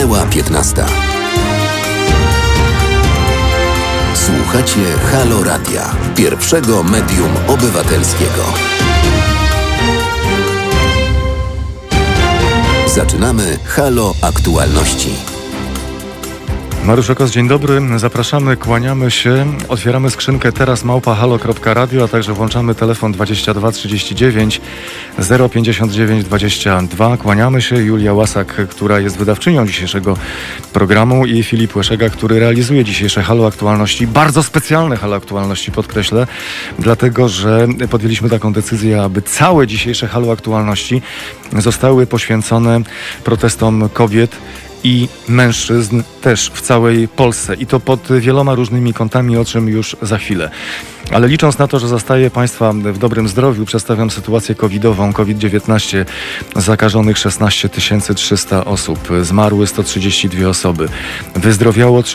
Minęła 15. Słuchacie Halo Radia, pierwszego medium obywatelskiego. Zaczynamy Halo Aktualności. Mariusz Okos, dzień dobry. Zapraszamy, kłaniamy się. Otwieramy skrzynkę teraz @halo.radio, a także włączamy telefon 22 39 059 22. Kłaniamy się. Julia Łasak, która jest wydawczynią dzisiejszego programu, i Filip Łeszega, który realizuje dzisiejsze Halo Aktualności. Bardzo specjalne Halo Aktualności, podkreślę, dlatego że podjęliśmy taką decyzję, aby całe dzisiejsze Halo Aktualności zostały poświęcone protestom kobiet i mężczyzn też w całej Polsce, i to pod wieloma różnymi kątami, o czym już za chwilę. Ale licząc na to, że zostaje Państwa w dobrym zdrowiu, przedstawiam sytuację covidową. COVID-19, zakażonych 16 300 osób, zmarły 132 osoby, wyzdrowiało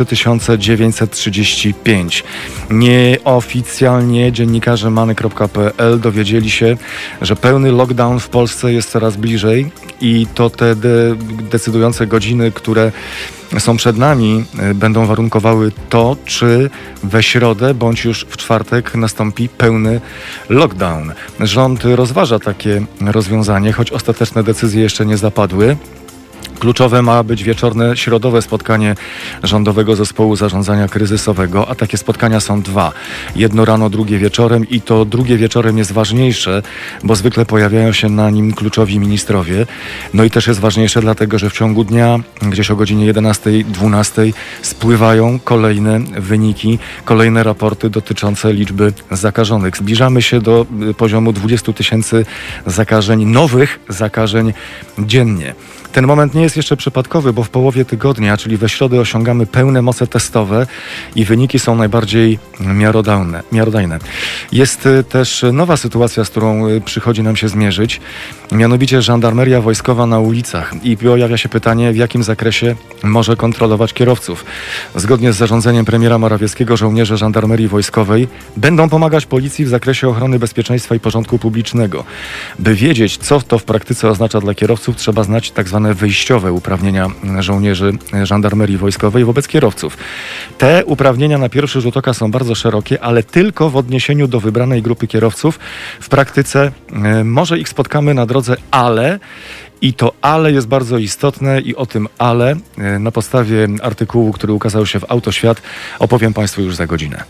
3935. Nieoficjalnie dziennikarze many.pl dowiedzieli się, że pełny lockdown w Polsce jest coraz bliżej, i to te decydujące godziny, które są przed nami, będą warunkowały to, czy we środę bądź już w czwartek nastąpi pełny lockdown. Rząd rozważa takie rozwiązanie, choć ostateczne decyzje jeszcze nie zapadły. Kluczowe ma być wieczorne, środowe spotkanie Rządowego Zespołu Zarządzania Kryzysowego, a takie spotkania są dwa. Jedno rano, drugie wieczorem, i to drugie wieczorem jest ważniejsze, bo zwykle pojawiają się na nim kluczowi ministrowie. No i też jest ważniejsze dlatego, że w ciągu dnia, gdzieś o godzinie 11, 12 spływają kolejne wyniki, kolejne raporty dotyczące liczby zakażonych. Zbliżamy się do poziomu 20 000 zakażeń, nowych zakażeń dziennie. Ten moment nie jest jeszcze przypadkowy, bo w połowie tygodnia, czyli we środę, osiągamy pełne moce testowe i wyniki są najbardziej miarodajne. Jest też nowa sytuacja, z którą przychodzi nam się zmierzyć, mianowicie żandarmeria wojskowa na ulicach, i pojawia się pytanie, w jakim zakresie może kontrolować kierowców. Zgodnie z zarządzeniem premiera Morawieckiego żołnierze żandarmerii wojskowej będą pomagać policji w zakresie ochrony bezpieczeństwa i porządku publicznego. By wiedzieć, co to w praktyce oznacza dla kierowców, trzeba znać tak zwane wyjściowe uprawnienia żołnierzy żandarmerii wojskowej wobec kierowców. Te uprawnienia na pierwszy rzut oka są bardzo szerokie, ale tylko w odniesieniu do wybranej grupy kierowców. W praktyce może ich spotkamy na drodze, ale... I to ale jest bardzo istotne, i o tym ale na podstawie artykułu, który ukazał się w Autoświat, opowiem Państwu już za godzinę.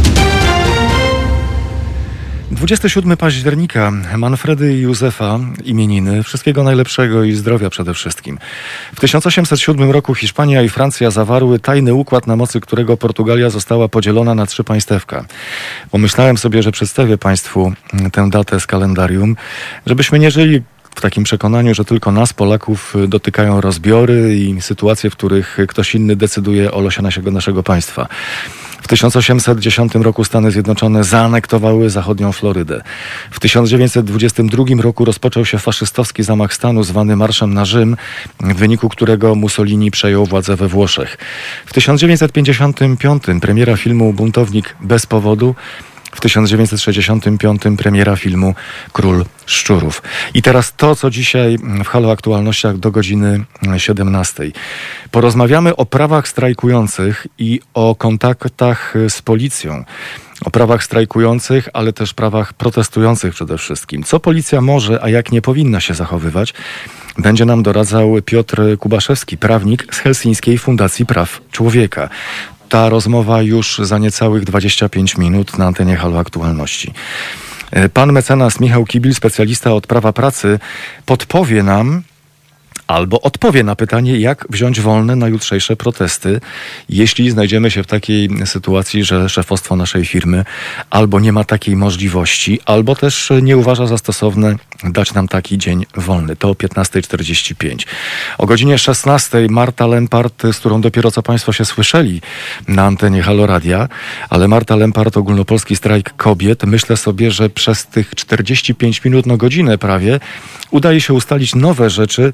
27 października, Manfredy i Józefa, imieniny. Wszystkiego najlepszego i zdrowia przede wszystkim. W 1807 roku Hiszpania i Francja zawarły tajny układ, na mocy którego Portugalia została podzielona na 3 państewka. Pomyślałem sobie, że przedstawię Państwu tę datę z kalendarium, żebyśmy nie żyli w takim przekonaniu, że tylko nas, Polaków, dotykają rozbiory i sytuacje, w których ktoś inny decyduje o losie naszego państwa. W 1810 roku Stany Zjednoczone zaanektowały zachodnią Florydę. W 1922 roku rozpoczął się faszystowski zamach stanu zwany Marszem na Rzym, w wyniku którego Mussolini przejął władzę we Włoszech. W 1955 premiera filmu Buntownik bez powodu. W 1965 premiera filmu Król Szczurów. I teraz to, co dzisiaj w Halo Aktualnościach do godziny 17. Porozmawiamy o prawach strajkujących i o kontaktach z policją. O prawach strajkujących, ale też prawach protestujących przede wszystkim. Co policja może, a jak nie powinna się zachowywać, będzie nam doradzał Piotr Kubaszewski, prawnik z Helsińskiej Fundacji Praw Człowieka. Ta rozmowa już za niecałych 25 minut na antenie Halo Aktualności. Pan mecenas Michał Kibil, specjalista od prawa pracy, podpowie nam albo odpowie na pytanie, jak wziąć wolne na jutrzejsze protesty, jeśli znajdziemy się w takiej sytuacji, że szefostwo naszej firmy albo nie ma takiej możliwości, albo też nie uważa za stosowne dać nam taki dzień wolny. To o 15:45. O godzinie 16 Marta Lempart, z którą dopiero co Państwo się słyszeli na antenie Halo Radia, ale Marta Lempart, ogólnopolski strajk kobiet. Myślę sobie, że przez tych 45 minut, godzinę prawie, udaje się ustalić nowe rzeczy w kontekście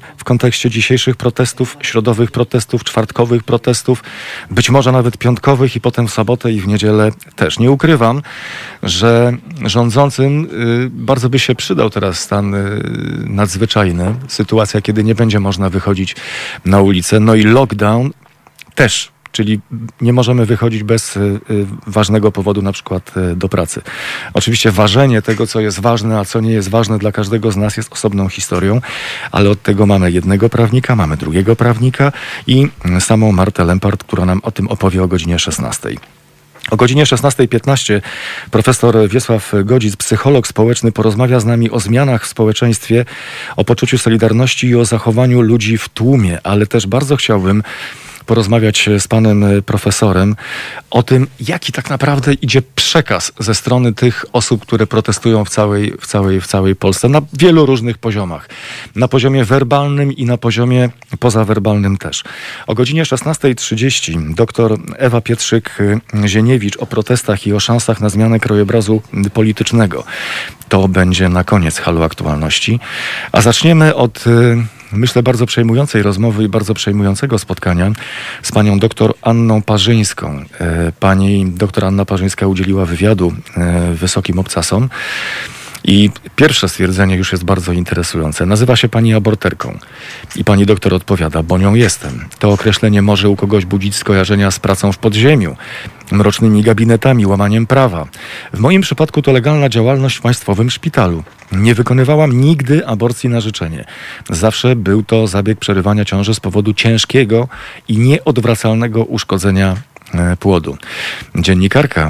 kontekście dzisiejszych protestów, środowych protestów, czwartkowych protestów, być może nawet piątkowych i potem w sobotę i w niedzielę też. Nie ukrywam, że rządzącym bardzo by się przydał teraz stan nadzwyczajny, sytuacja, kiedy nie będzie można wychodzić na ulicę, no i lockdown też. Czyli nie możemy wychodzić bez ważnego powodu, na przykład do pracy. Oczywiście ważenie tego, co jest ważne, a co nie jest ważne dla każdego z nas, jest osobną historią, ale od tego mamy jednego prawnika, mamy drugiego prawnika i samą Martę Lempart, która nam o tym opowie o godzinie 16. O godzinie 16:15 profesor Wiesław Godzic, psycholog społeczny, porozmawia z nami o zmianach w społeczeństwie, o poczuciu solidarności i o zachowaniu ludzi w tłumie, ale też bardzo chciałbym porozmawiać z panem profesorem o tym, jaki tak naprawdę idzie przekaz ze strony tych osób, które protestują w całej Polsce na wielu różnych poziomach. Na poziomie werbalnym i na poziomie pozawerbalnym też. O godzinie 16:30 dr Ewa Pietrzyk-Zieniewicz o protestach i o szansach na zmianę krajobrazu politycznego. To będzie na koniec Halo Aktualności. A zaczniemy od myślę, bardzo przejmującej rozmowy i bardzo przejmującego spotkania z panią doktor Anną Parzyńską. Pani doktor Anna Parzyńska udzieliła wywiadu Wysokim Obcasom i pierwsze stwierdzenie już jest bardzo interesujące. Nazywa się pani aborterką. I pani doktor odpowiada, bo nią jestem. To określenie może u kogoś budzić skojarzenia z pracą w podziemiu, mrocznymi gabinetami, łamaniem prawa. W moim przypadku to legalna działalność w państwowym szpitalu. Nie wykonywałam nigdy aborcji na życzenie. Zawsze był to zabieg przerywania ciąży z powodu ciężkiego i nieodwracalnego uszkodzenia płodu. Dziennikarka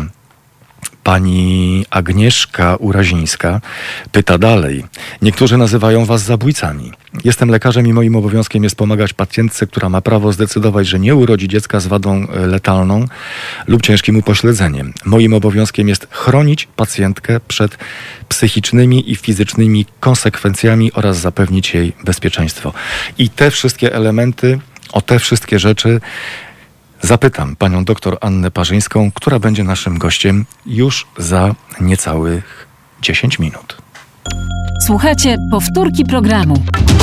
pani Agnieszka Urazińska pyta dalej. Niektórzy nazywają was zabójcami. Jestem lekarzem i moim obowiązkiem jest pomagać pacjentce, która ma prawo zdecydować, że nie urodzi dziecka z wadą letalną lub ciężkim upośledzeniem. Moim obowiązkiem jest chronić pacjentkę przed psychicznymi i fizycznymi konsekwencjami oraz zapewnić jej bezpieczeństwo. I te wszystkie elementy, o te wszystkie rzeczy zapytam panią doktor Annę Parzyńską, która będzie naszym gościem już za niecałych 10 minut. Słuchajcie powtórki programu.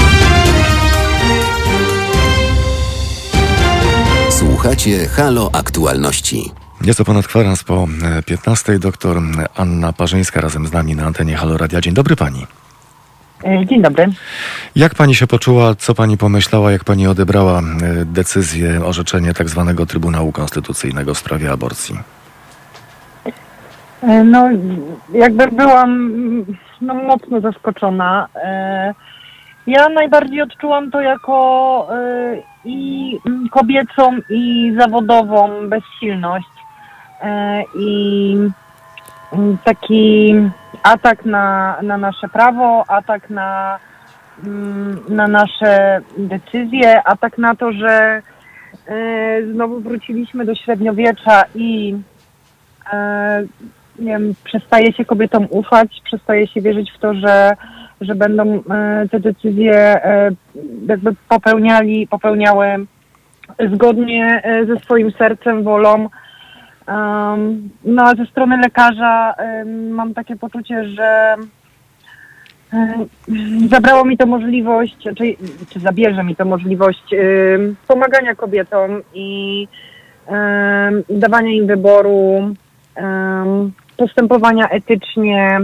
Słuchacie Halo Aktualności. Nieco ponad kwadrans po 15. Doktor Anna Parzyńska razem z nami na antenie Halo Radia. Dzień dobry pani. Dzień dobry. Jak pani się poczuła, co pani pomyślała, jak pani odebrała decyzję, orzeczenie tak zwanego Trybunału Konstytucyjnego w sprawie aborcji? No, jakby byłam mocno zaskoczona. Ja najbardziej odczułam to jako i kobiecą, i zawodową bezsilność. I taki atak na nasze prawo, atak na nasze decyzje, atak na to, że znowu wróciliśmy do średniowiecza i nie wiem, przestaje się kobietom ufać, przestaje się wierzyć w to, że będą te decyzje jakby popełniały zgodnie ze swoim sercem, wolą. No a ze strony lekarza mam takie poczucie, że zabrało mi to możliwość, czy zabierze mi to możliwość pomagania kobietom i dawania im wyboru, postępowania etycznie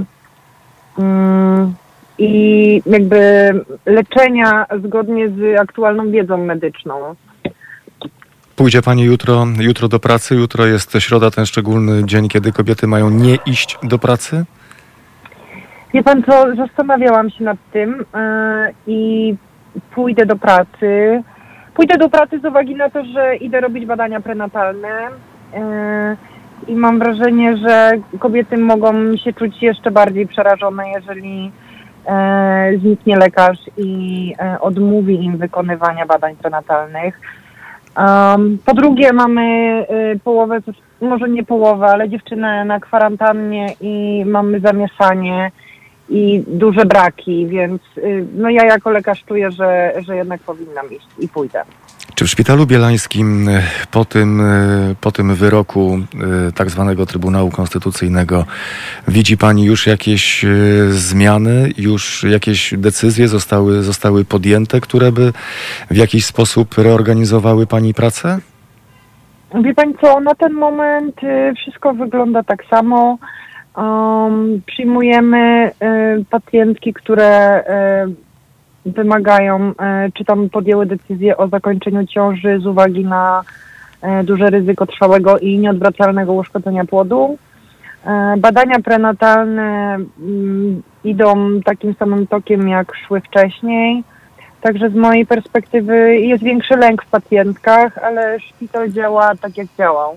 i jakby leczenia zgodnie z aktualną wiedzą medyczną. Pójdzie pani jutro do pracy? Jutro jest środa, ten szczególny dzień, kiedy kobiety mają nie iść do pracy? Wie pan co, zastanawiałam się nad tym i pójdę do pracy. Pójdę do pracy z uwagi na to, że idę robić badania prenatalne i mam wrażenie, że kobiety mogą się czuć jeszcze bardziej przerażone, jeżeli zniknie lekarz i odmówi im wykonywania badań prenatalnych. Po drugie mamy połowę, może nie połowę, ale dziewczynę na kwarantannie i mamy zamieszanie i duże braki, więc no ja jako lekarz czuję, że jednak powinnam iść i pójdę. Czy w Szpitalu Bielańskim po tym wyroku tak zwanego Trybunału Konstytucyjnego widzi pani już jakieś zmiany, już jakieś decyzje zostały podjęte, które by w jakiś sposób reorganizowały pani pracę? Wie pani co, na ten moment wszystko wygląda tak samo. Przyjmujemy pacjentki, które wymagają, czy tam podjęły decyzję o zakończeniu ciąży z uwagi na duże ryzyko trwałego i nieodwracalnego uszkodzenia płodu. Badania prenatalne idą takim samym tokiem, jak szły wcześniej. Także z mojej perspektywy jest większy lęk w pacjentkach, ale szpital działa tak, jak działał.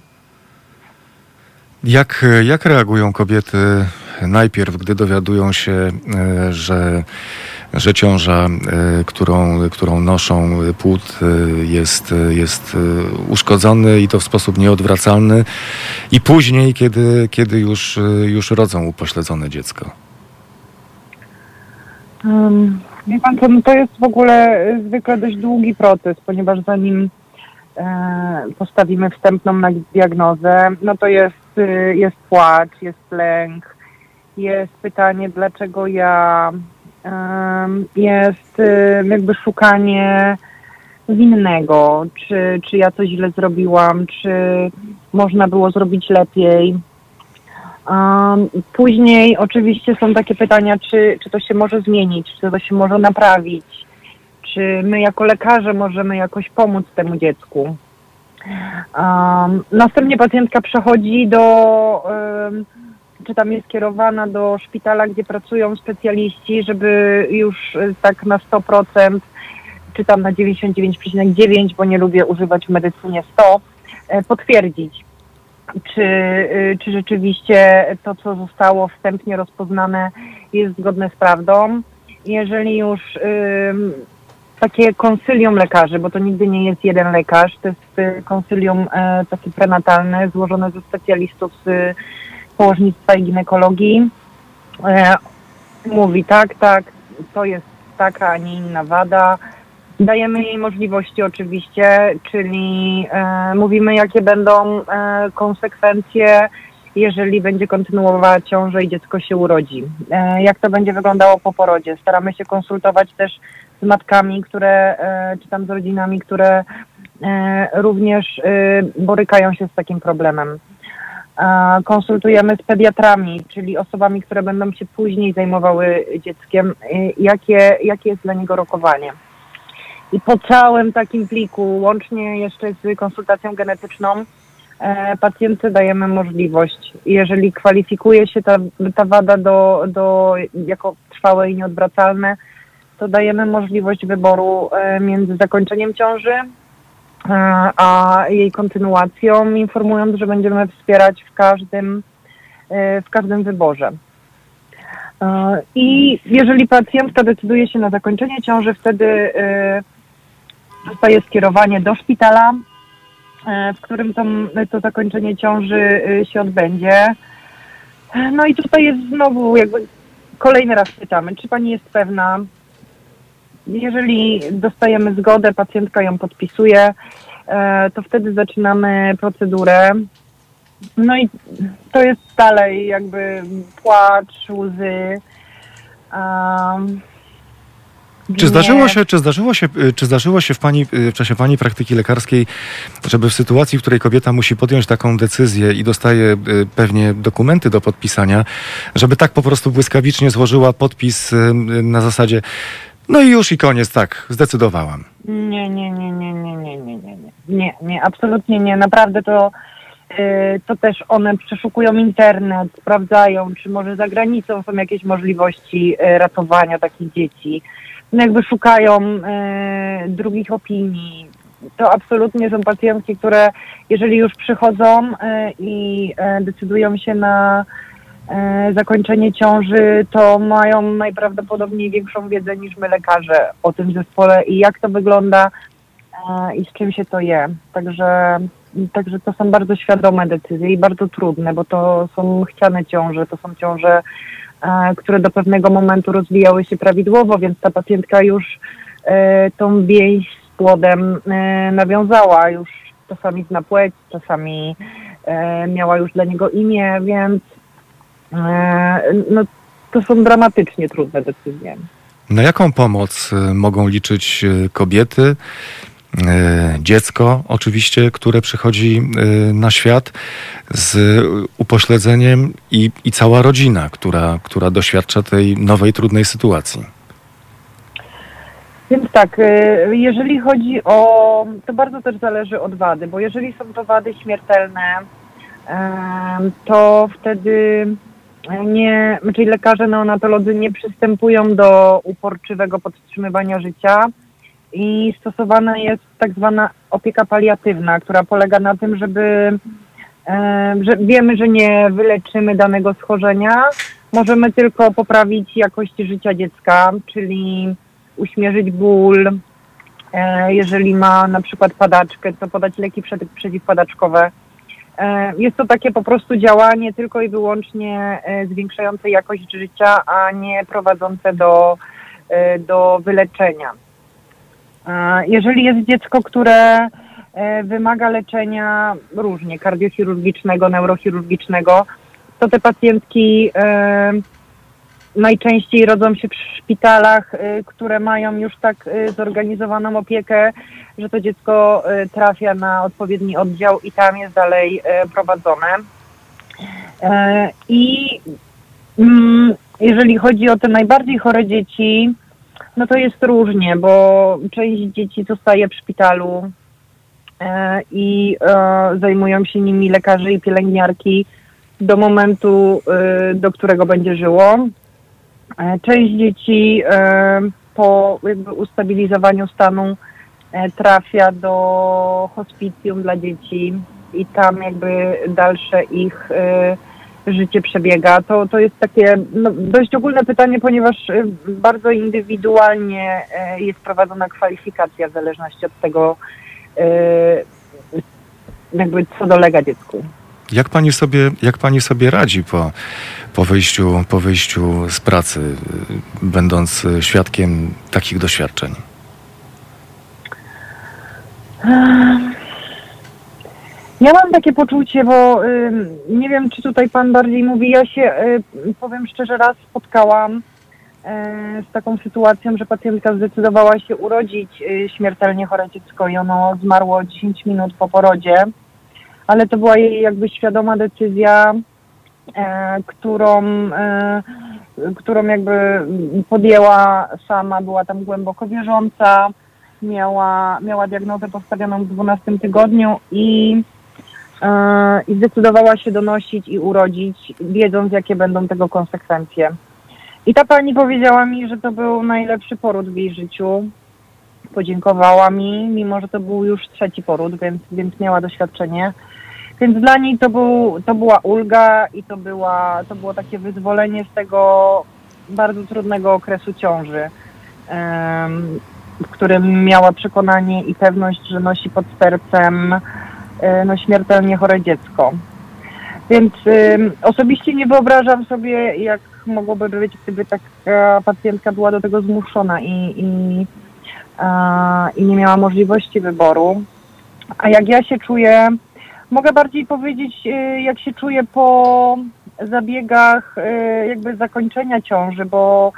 Jak reagują kobiety najpierw, gdy dowiadują się, że ciąża, którą noszą, płód jest uszkodzony i to w sposób nieodwracalny, i później, kiedy już rodzą upośledzone dziecko? Wie pan co, no to jest w ogóle zwykle dość długi proces, ponieważ zanim postawimy wstępną diagnozę, no to jest płacz, jest lęk, jest pytanie, dlaczego ja, jest jakby szukanie winnego, czy ja coś źle zrobiłam, czy można było zrobić lepiej. Później oczywiście są takie pytania, czy to się może zmienić, czy to się może naprawić, czy my jako lekarze możemy jakoś pomóc temu dziecku. Następnie pacjentka przechodzi czy tam jest kierowana do szpitala, gdzie pracują specjaliści, żeby już tak na 100%, czy tam na 99,9%, bo nie lubię używać w medycynie 100%, potwierdzić, czy rzeczywiście to, co zostało wstępnie rozpoznane, jest zgodne z prawdą. Jeżeli już takie konsylium lekarzy, bo to nigdy nie jest jeden lekarz, to jest konsylium takie prenatalne złożone ze specjalistów z położnictwa i ginekologii, mówi tak, to jest taka, a nie inna wada. Dajemy jej możliwości oczywiście, czyli mówimy, jakie będą konsekwencje, jeżeli będzie kontynuowała ciążę i dziecko się urodzi. Jak to będzie wyglądało po porodzie. Staramy się konsultować też z matkami, czy tam z rodzinami, które również borykają się z takim problemem. Konsultujemy z pediatrami, czyli osobami, które będą się później zajmowały dzieckiem, jakie jest dla niego rokowanie. I po całym takim pliku, łącznie jeszcze z konsultacją genetyczną, pacjentce dajemy możliwość, jeżeli kwalifikuje się ta wada jako trwałe i nieodwracalne, to dajemy możliwość wyboru między zakończeniem ciąży a jej kontynuacją, informując, że będziemy wspierać w każdym wyborze. I jeżeli pacjentka decyduje się na zakończenie ciąży, wtedy dostaje skierowanie do szpitala, w którym to zakończenie ciąży się odbędzie. No i tutaj jest znowu jakby kolejny raz pytamy, czy pani jest pewna. Jeżeli dostajemy zgodę, pacjentka ją podpisuje, to wtedy zaczynamy procedurę. No i to jest dalej jakby płacz, łzy. Czy zdarzyło się w czasie pani praktyki lekarskiej, żeby w sytuacji, w której kobieta musi podjąć taką decyzję i dostaje pewnie dokumenty do podpisania, żeby tak po prostu błyskawicznie złożyła podpis na zasadzie no i już i koniec, tak, zdecydowałam? Nie, absolutnie nie. Naprawdę to też one przeszukują internet, sprawdzają, czy może za granicą są jakieś możliwości ratowania takich dzieci. No jakby szukają drugich opinii. To absolutnie są pacjentki, które jeżeli już przychodzą i decydują się na zakończenie ciąży, to mają najprawdopodobniej większą wiedzę niż my lekarze o tym zespole i jak to wygląda i z czym się to je. Także to są bardzo świadome decyzje i bardzo trudne, bo to są chciane ciąże, to są ciąże, które do pewnego momentu rozwijały się prawidłowo, więc ta pacjentka już tą więź płodem nawiązała. Już czasami zna płeć, czasami miała już dla niego imię, więc no, to są dramatycznie trudne decyzje. Na jaką pomoc mogą liczyć kobiety, dziecko oczywiście, które przychodzi na świat z upośledzeniem i cała rodzina, która doświadcza tej nowej, trudnej sytuacji? Więc tak, jeżeli chodzi o... To bardzo też zależy od wady, bo jeżeli są to wady śmiertelne, to wtedy czyli lekarze neonatolodzy nie przystępują do uporczywego podtrzymywania życia i stosowana jest tak zwana opieka paliatywna, która polega na tym, że wiemy, że nie wyleczymy danego schorzenia, możemy tylko poprawić jakość życia dziecka, czyli uśmierzyć ból. Jeżeli ma na przykład padaczkę, to podać leki przeciwpadaczkowe. Jest to takie po prostu działanie tylko i wyłącznie zwiększające jakość życia, a nie prowadzące do wyleczenia. Jeżeli jest dziecko, które wymaga leczenia różnie, kardiochirurgicznego, neurochirurgicznego, to te pacjentki najczęściej rodzą się w szpitalach, które mają już tak zorganizowaną opiekę, że to dziecko trafia na odpowiedni oddział i tam jest dalej prowadzone. I jeżeli chodzi o te najbardziej chore dzieci, no to jest różnie, bo część dzieci zostaje w szpitalu i zajmują się nimi lekarze i pielęgniarki do momentu, do którego będzie żyło. Część dzieci po jakby ustabilizowaniu stanu trafia do hospicjum dla dzieci i tam jakby dalsze ich życie przebiega. To jest takie dość ogólne pytanie, ponieważ bardzo indywidualnie jest prowadzona kwalifikacja w zależności od tego, jakby co dolega dziecku. Jak pani sobie radzi po wyjściu z pracy, będąc świadkiem takich doświadczeń? Ja mam takie poczucie, bo nie wiem, czy tutaj pan bardziej mówi, ja się, powiem szczerze, raz spotkałam z taką sytuacją, że pacjentka zdecydowała się urodzić śmiertelnie chore dziecko i ono zmarło 10 minut po porodzie, ale to była jej jakby świadoma decyzja, którą jakby podjęła sama, była tam głęboko wierząca, miała diagnozę postawioną w 12 tygodniu i zdecydowała się donosić i urodzić, wiedząc, jakie będą tego konsekwencje. I ta pani powiedziała mi, że to był najlepszy poród w jej życiu. Podziękowała mi, mimo że to był już 3. poród, więc miała doświadczenie. Więc dla niej to była ulga i to było takie wyzwolenie z tego bardzo trudnego okresu ciąży, w którym miała przekonanie i pewność, że nosi pod sercem śmiertelnie chore dziecko. Więc osobiście nie wyobrażam sobie, jak mogłoby być, gdyby taka pacjentka była do tego zmuszona i nie miała możliwości wyboru. A jak ja się czuję, mogę bardziej powiedzieć, jak się czuję po zabiegach jakby zakończenia ciąży, bo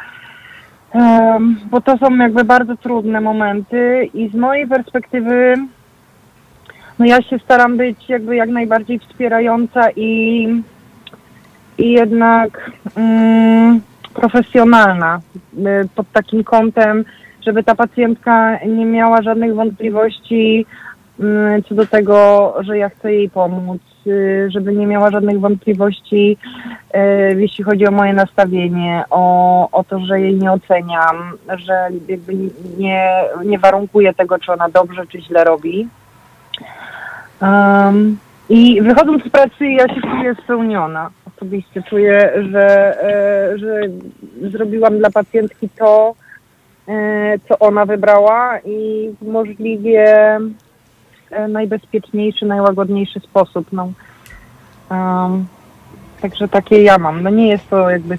to są jakby bardzo trudne momenty i z mojej perspektywy no ja się staram być jakby jak najbardziej wspierająca i jednak profesjonalna pod takim kątem, żeby ta pacjentka nie miała żadnych wątpliwości co do tego, że ja chcę jej pomóc, żeby nie miała żadnych wątpliwości, jeśli chodzi o moje nastawienie, o to, że jej nie oceniam, że jakby nie warunkuję tego, czy ona dobrze, czy źle robi. I wychodząc z pracy, ja się czuję spełniona. Osobiście czuję, że zrobiłam dla pacjentki to, co ona wybrała i w możliwie najbezpieczniejszy, najłagodniejszy sposób. Także takie ja mam. No nie jest to jakby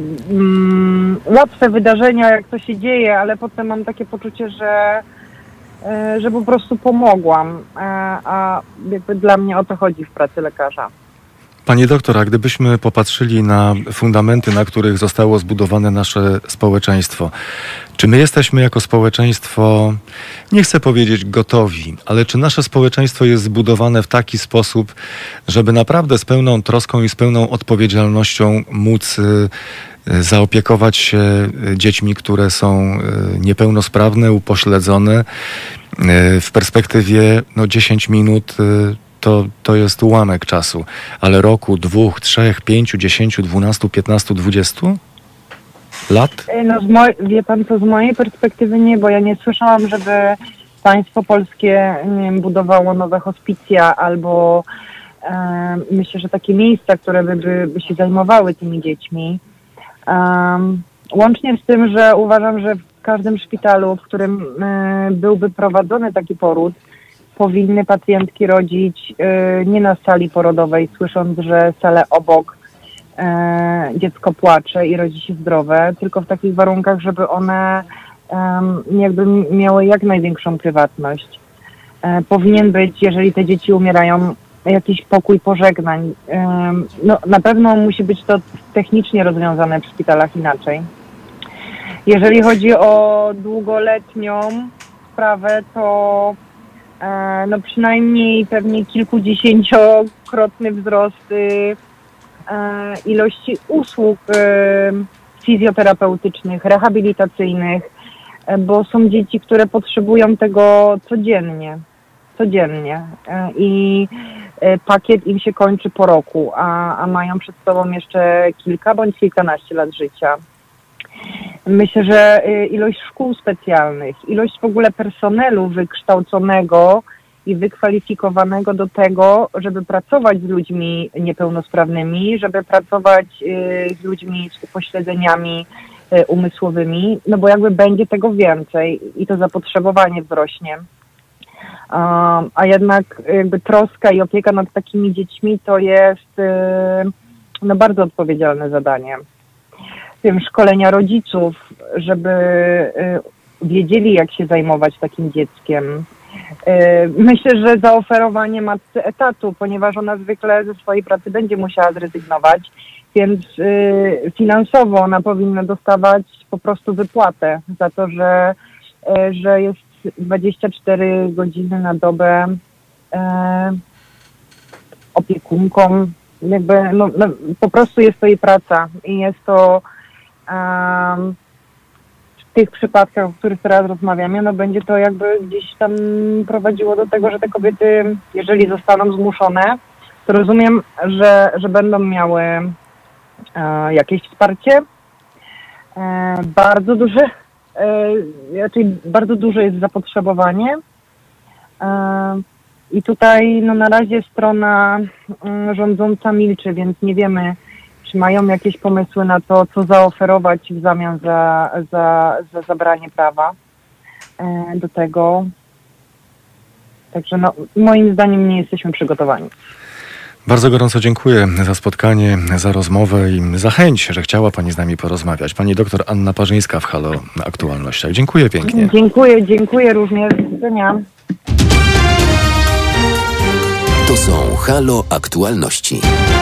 łatwe wydarzenia, jak to się dzieje, ale potem mam takie poczucie, że że po prostu pomogłam, a jakby dla mnie o to chodzi w pracy lekarza. Pani doktor, a gdybyśmy popatrzyli na fundamenty, na których zostało zbudowane nasze społeczeństwo, czy my jesteśmy jako społeczeństwo, nie chcę powiedzieć gotowi, ale czy nasze społeczeństwo jest zbudowane w taki sposób, żeby naprawdę z pełną troską i z pełną odpowiedzialnością móc zaopiekować się dziećmi, które są niepełnosprawne, upośledzone? W perspektywie 10 minut to jest ułamek czasu, ale roku, 2, 3, 5, 10, 12, 15, 20 lat? Wie pan co, z mojej perspektywy nie, bo ja nie słyszałam, żeby państwo polskie, nie wiem, budowało nowe hospicja albo myślę, że takie miejsca, które by się zajmowały tymi dziećmi. Łącznie z tym, że uważam, że w każdym szpitalu, w którym byłby prowadzony taki poród, powinny pacjentki rodzić nie na sali porodowej, słysząc, że salę obok dziecko płacze i rodzi się zdrowe, tylko w takich warunkach, żeby one jakby miały jak największą prywatność. Powinien być, jeżeli te dzieci umierają, jakiś pokój pożegnań. Na pewno musi być to technicznie rozwiązane w szpitalach inaczej. Jeżeli chodzi o długoletnią sprawę, to przynajmniej pewnie kilkudziesięciokrotny wzrost ilości usług fizjoterapeutycznych, rehabilitacyjnych, bo są dzieci, które potrzebują tego codziennie i pakiet im się kończy po roku, a mają przed sobą jeszcze kilka bądź kilkanaście lat życia. Myślę, że ilość szkół specjalnych, ilość w ogóle personelu wykształconego i wykwalifikowanego do tego, żeby pracować z ludźmi niepełnosprawnymi, żeby pracować z ludźmi z upośledzeniami umysłowymi, bo jakby będzie tego więcej i to zapotrzebowanie wzrośnie. A jednak jakby troska i opieka nad takimi dziećmi to jest bardzo odpowiedzialne zadanie. Szkolenia rodziców, żeby wiedzieli, jak się zajmować takim dzieckiem. Myślę, że zaoferowanie matce etatu, ponieważ ona zwykle ze swojej pracy będzie musiała zrezygnować, więc finansowo ona powinna dostawać po prostu wypłatę za to, że jest 24 godziny na dobę opiekunką. Jakby po prostu jest to jej praca i jest to w tych przypadkach, o których teraz rozmawiamy, będzie to jakby gdzieś tam prowadziło do tego, że te kobiety, jeżeli zostaną zmuszone, to rozumiem, że będą miały jakieś wsparcie. Bardzo duże jest zapotrzebowanie. I tutaj na razie strona rządząca milczy, więc nie wiemy, czy mają jakieś pomysły na to, co zaoferować w zamian za zabranie prawa do tego. Także moim zdaniem nie jesteśmy przygotowani. Bardzo gorąco dziękuję za spotkanie, za rozmowę i za chęć, że chciała Pani z nami porozmawiać. Pani doktor Anna Parzyńska w Halo Aktualnościach. Dziękuję pięknie. Dziękuję również. Do widzenia. To są Halo Aktualności.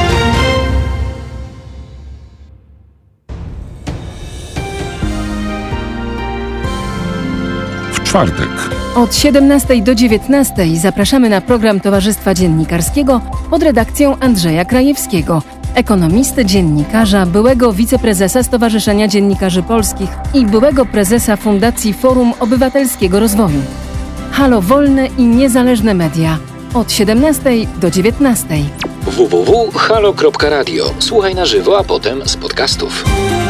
W czwartek. Od 17 do 19 zapraszamy na program Towarzystwa Dziennikarskiego pod redakcją Andrzeja Krajewskiego, ekonomisty, dziennikarza, byłego wiceprezesa Stowarzyszenia Dziennikarzy Polskich i byłego prezesa Fundacji Forum Obywatelskiego Rozwoju. Halo wolne i niezależne media. Od 17 do 19. www.halo.radio. Słuchaj na żywo, a potem z podcastów.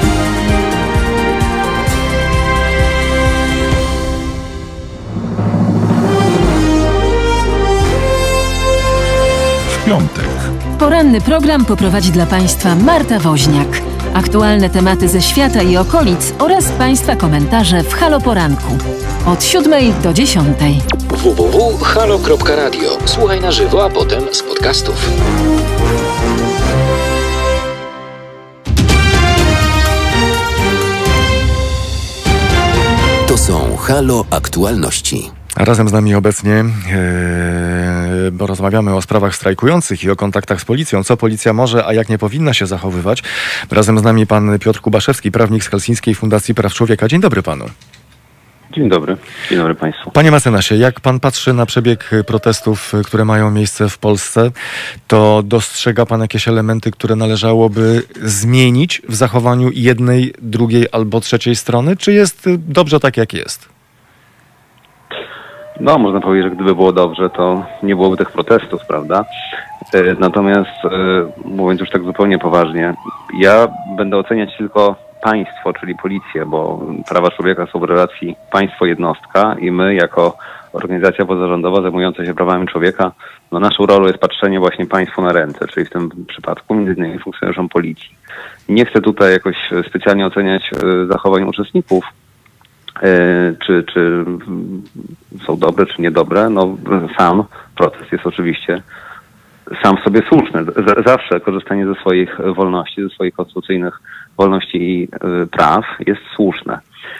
W piątek. Poranny program poprowadzi dla Państwa Marta Woźniak. Aktualne tematy ze świata i okolic oraz Państwa komentarze w Halo Poranku. Od 7 do 10. www.halo.radio. Słuchaj na żywo, a potem z podcastów. To są Halo Aktualności. A razem z nami obecnie, bo rozmawiamy o sprawach strajkujących i o kontaktach z policją, co policja może, a jak nie powinna się zachowywać. Razem z nami pan Piotr Kubaszewski, prawnik z Helsińskiej Fundacji Praw Człowieka. Dzień dobry panu. Dzień dobry Państwu. Panie mecenasie, jak pan patrzy na przebieg protestów, które mają miejsce w Polsce, to dostrzega pan jakieś elementy, które należałoby zmienić w zachowaniu jednej, drugiej albo trzeciej strony, czy jest dobrze tak, jak jest? No, można powiedzieć, że gdyby było dobrze, to nie byłoby tych protestów, prawda? Natomiast mówiąc już tak zupełnie poważnie, ja będę oceniać tylko państwo, czyli policję, bo prawa człowieka są w relacji państwo-jednostka i my jako organizacja pozarządowa zajmująca się prawami człowieka, no naszą rolą jest patrzenie właśnie państwu na ręce, czyli w tym przypadku między innymi funkcjonariuszom policji. Nie chcę tutaj jakoś specjalnie oceniać zachowań uczestników, czy są dobre, czy niedobre. No sam protest jest oczywiście sam w sobie słuszny. Zawsze korzystanie ze swoich wolności, ze swoich konstytucyjnych wolności i praw jest słuszne.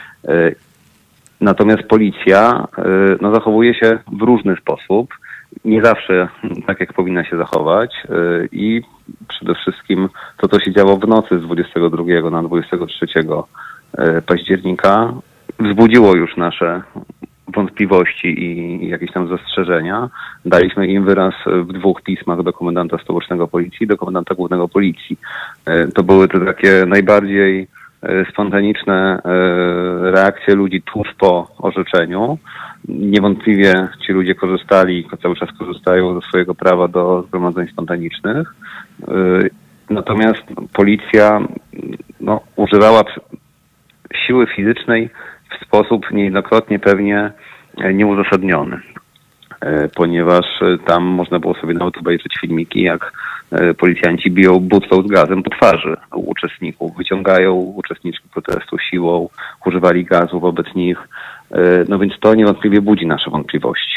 Natomiast policja zachowuje się w różny sposób, nie zawsze tak, jak powinna się zachować i przede wszystkim to, co się działo w nocy z 22 na 23 października, wzbudziło już nasze wątpliwości i jakieś tam zastrzeżenia. Daliśmy im wyraz w 2 pismach do komendanta stołecznego policji i do komendanta głównego policji. To były te takie najbardziej spontaniczne reakcje ludzi tuż po orzeczeniu. Niewątpliwie ci ludzie korzystali, cały czas korzystają ze swojego prawa do zgromadzeń spontanicznych. Natomiast policja używała siły fizycznej w sposób niejednokrotnie pewnie nieuzasadniony, ponieważ tam można było sobie nawet obejrzeć filmiki, jak policjanci biją butlą z gazem po twarzy uczestników, wyciągają uczestniczki protestu siłą, używali gazu wobec nich, no więc to niewątpliwie budzi nasze wątpliwości.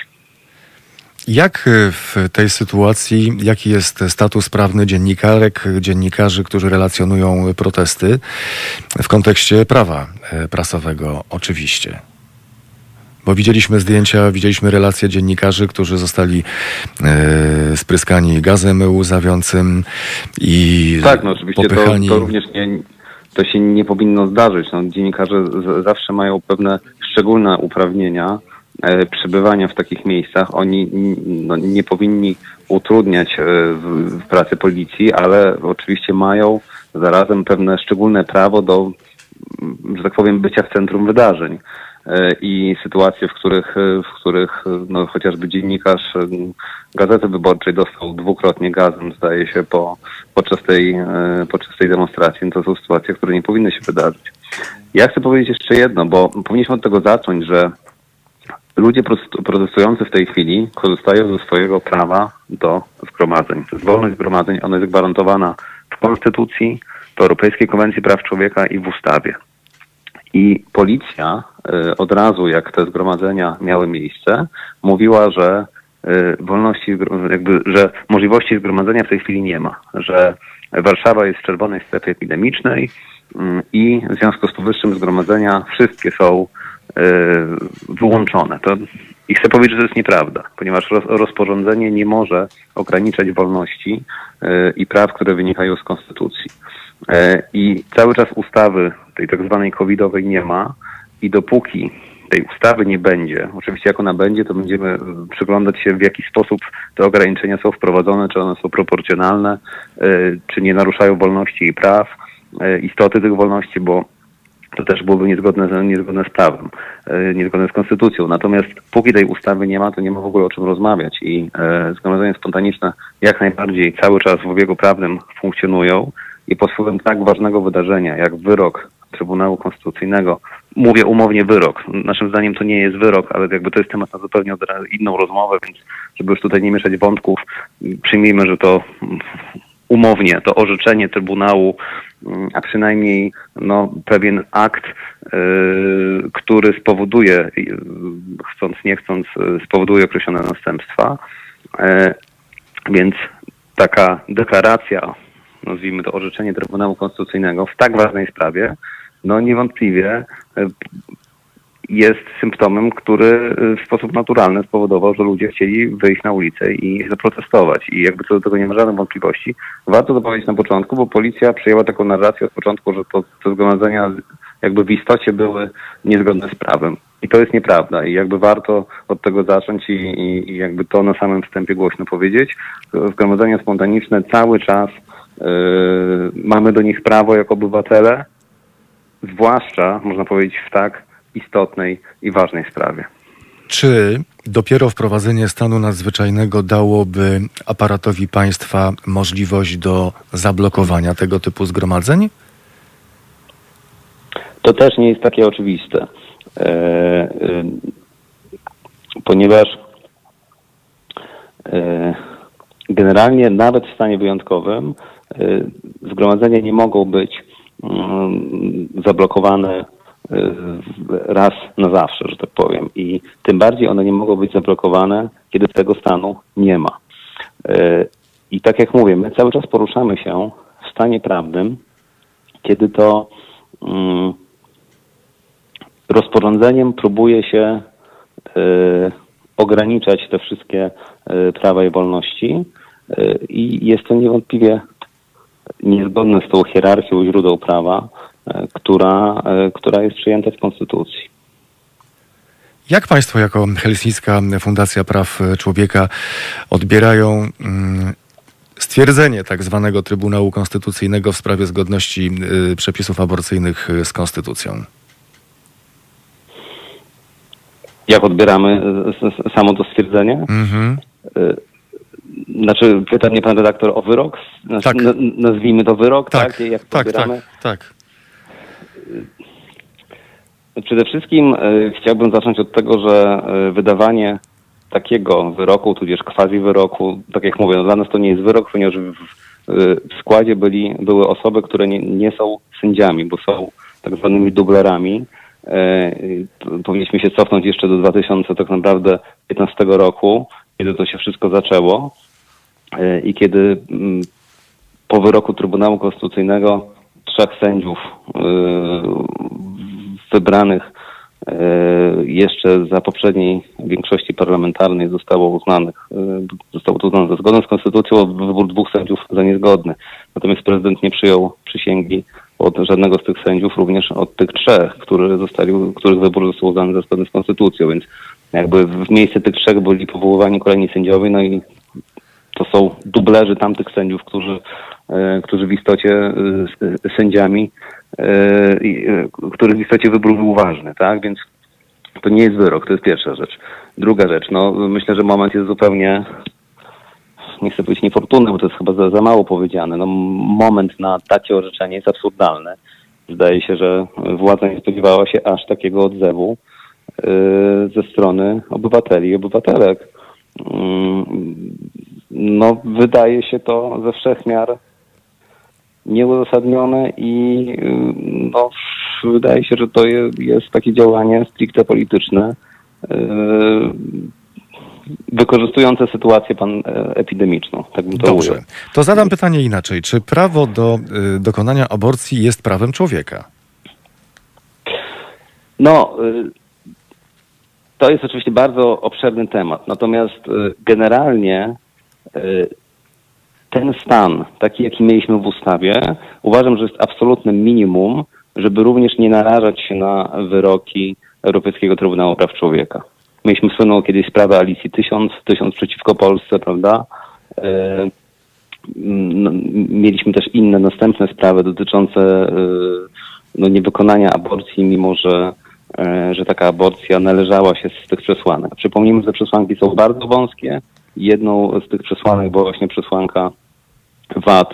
Jak w tej sytuacji, jaki jest status prawny dziennikarek, dziennikarzy, którzy relacjonują protesty w kontekście prawa prasowego oczywiście? Bo widzieliśmy zdjęcia, widzieliśmy relacje dziennikarzy, którzy zostali spryskani gazem łzawiącym i tak, no oczywiście popychani. To również to się nie powinno zdarzyć. No, dziennikarze zawsze mają pewne szczególne uprawnienia przebywania w takich miejscach. Oni nie powinni utrudniać w pracy policji, ale oczywiście mają zarazem pewne szczególne prawo do, że tak powiem, bycia w centrum wydarzeń. I sytuacje, w których chociażby dziennikarz Gazety Wyborczej dostał 2-krotnie gazem, zdaje się, podczas tej demonstracji, to są sytuacje, które nie powinny się wydarzyć. Ja chcę powiedzieć jeszcze jedno, bo powinniśmy od tego zacząć, że ludzie protestujący w tej chwili korzystają ze swojego prawa do zgromadzeń. To jest wolność zgromadzeń, ona jest gwarantowana w Konstytucji, w Europejskiej Konwencji Praw Człowieka i w ustawie. I policja od razu, jak te zgromadzenia miały miejsce, mówiła, że że możliwości zgromadzenia w tej chwili nie ma, że Warszawa jest w czerwonej strefie epidemicznej i w związku z powyższym zgromadzenia wszystkie są wyłączone. I chcę powiedzieć, że to jest nieprawda, ponieważ rozporządzenie nie może ograniczać wolności i praw, które wynikają z Konstytucji. I cały czas ustawy tej tak zwanej covidowej nie ma i dopóki tej ustawy nie będzie, oczywiście jak ona będzie, to będziemy przyglądać się, w jaki sposób te ograniczenia są wprowadzone, czy one są proporcjonalne, czy nie naruszają wolności i praw, istoty tych wolności, bo to też byłoby niezgodne z prawem, niezgodne z konstytucją. Natomiast póki tej ustawy nie ma, to nie ma w ogóle o czym rozmawiać i zgromadzenia spontaniczne jak najbardziej cały czas w obiegu prawnym funkcjonują i pod wpływem tak ważnego wydarzenia jak wyrok Trybunału Konstytucyjnego, mówię umownie wyrok, naszym zdaniem to nie jest wyrok, ale jakby to jest temat na zupełnie inną rozmowę, więc żeby już tutaj nie mieszać wątków, przyjmijmy, że to umownie, to orzeczenie Trybunału, a przynajmniej pewien akt, który spowoduje, chcąc nie chcąc, spowoduje określone następstwa. Więc taka deklaracja, nazwijmy to orzeczenie Trybunału Konstytucyjnego w tak ważnej sprawie, niewątpliwie jest symptomem, który w sposób naturalny spowodował, że ludzie chcieli wyjść na ulicę i zaprotestować. I jakby co do tego nie ma żadnych wątpliwości. Warto to powiedzieć na początku, bo policja przyjęła taką narrację od początku, że te zgromadzenia jakby w istocie były niezgodne z prawem. I to jest nieprawda. I jakby warto od tego zacząć i jakby to na samym wstępie głośno powiedzieć. Zgromadzenia spontaniczne cały czas mamy do nich prawo jako obywatele, zwłaszcza, można powiedzieć, w tak istotnej i ważnej sprawie. Czy dopiero wprowadzenie stanu nadzwyczajnego dałoby aparatowi państwa możliwość do zablokowania tego typu zgromadzeń? To też nie jest takie oczywiste, ponieważ generalnie nawet w stanie wyjątkowym zgromadzenia nie mogą być zablokowane raz na zawsze, że tak powiem. I tym bardziej one nie mogą być zablokowane, kiedy tego stanu nie ma. I tak jak mówię, my cały czas poruszamy się w stanie prawnym, kiedy to rozporządzeniem próbuje się ograniczać te wszystkie prawa i wolności i jest to niewątpliwie niezgodne z tą hierarchią źródeł prawa, która jest przyjęta w Konstytucji. Jak państwo jako Helsińska Fundacja Praw Człowieka odbierają stwierdzenie tak zwanego Trybunału Konstytucyjnego w sprawie zgodności przepisów aborcyjnych z Konstytucją? Jak odbieramy samo to stwierdzenie? Znaczy, pyta mnie pan redaktor o wyrok? Znaczy, tak. Nazwijmy to wyrok, tak? Jak to odbieramy? Tak. Przede wszystkim chciałbym zacząć od tego, że wydawanie takiego wyroku, tudzież quasi-wyroku, tak jak mówię, dla nas to nie jest wyrok, ponieważ w składzie były osoby, które nie są sędziami, bo są tak zwanymi dublerami. Powinniśmy się cofnąć jeszcze do 2015 roku, kiedy to się wszystko zaczęło i kiedy po wyroku Trybunału Konstytucyjnego 3 sędziów wybranych jeszcze za poprzedniej większości parlamentarnej zostało to uznane za zgodne z Konstytucją, wybór 2 sędziów za niezgodny. Natomiast prezydent nie przyjął przysięgi od żadnego z tych sędziów, również od tych 3, których wybór został uznany za zgodny z Konstytucją, więc jakby w miejsce tych 3 byli powoływani kolejni sędziowie, no i to są dublerzy tamtych sędziów, którzy w istocie sędziami, których w istocie wybór był ważny, tak? Więc to nie jest wyrok, to jest pierwsza rzecz. Druga rzecz, no myślę, że moment jest zupełnie, nie chcę powiedzieć niefortunny, bo to jest chyba za mało powiedziane. No moment na takie orzeczenie jest absurdalne. Zdaje się, że władza nie spodziewała się aż takiego odzewu ze strony obywateli i obywatelek. No, wydaje się to ze wszech miar nieuzasadnione i no, wydaje się, że to jest takie działanie stricte polityczne, wykorzystujące sytuację epidemiczną. Tak bym to Dobrze. ujął. To zadam pytanie inaczej. Czy prawo do dokonania aborcji jest prawem człowieka? No, to jest oczywiście bardzo obszerny temat. Natomiast generalnie ten stan, taki jaki mieliśmy w ustawie, uważam, że jest absolutnym minimum, żeby również nie narażać się na wyroki Europejskiego Trybunału Praw Człowieka. Mieliśmy słynną kiedyś sprawę Alicji 1000 przeciwko Polsce, prawda? Mieliśmy też inne następne sprawy dotyczące niewykonania aborcji, mimo że taka aborcja należała się z tych przesłanek. Przypomnijmy, że przesłanki są bardzo wąskie. Jedną z tych przesłanek była właśnie przesłanka wad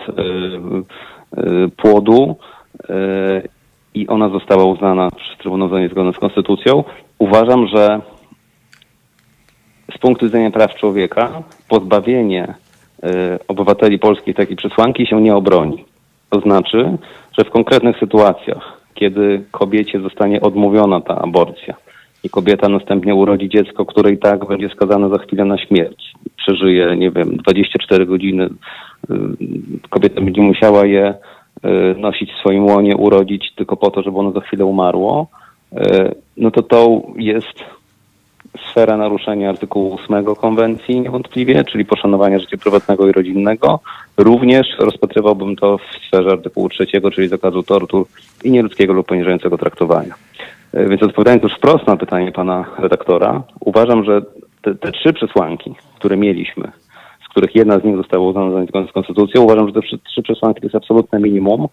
płodu i ona została uznana przez Trybunał za niezgodną z Konstytucją. Uważam, że z punktu widzenia praw człowieka pozbawienie obywateli polskich takiej przesłanki się nie obroni. To znaczy, że w konkretnych sytuacjach, kiedy kobiecie zostanie odmówiona ta aborcja i kobieta następnie urodzi dziecko, które i tak będzie skazane za chwilę na śmierć, przeżyje, 24 godziny, kobieta będzie musiała je nosić w swoim łonie, urodzić tylko po to, żeby ono za chwilę umarło, no to jest sfera naruszenia artykułu 8 konwencji niewątpliwie, czyli poszanowania życia prywatnego i rodzinnego. Również rozpatrywałbym to w sferze artykułu 3, czyli zakazu tortur i nieludzkiego lub poniżającego traktowania. Więc odpowiadając już wprost na pytanie pana redaktora, uważam, że te 3 przesłanki, które mieliśmy, z których jedna z nich została uznana za niezgodną z konstytucją, uważam, że te 3 przesłanki to jest absolutne minimum.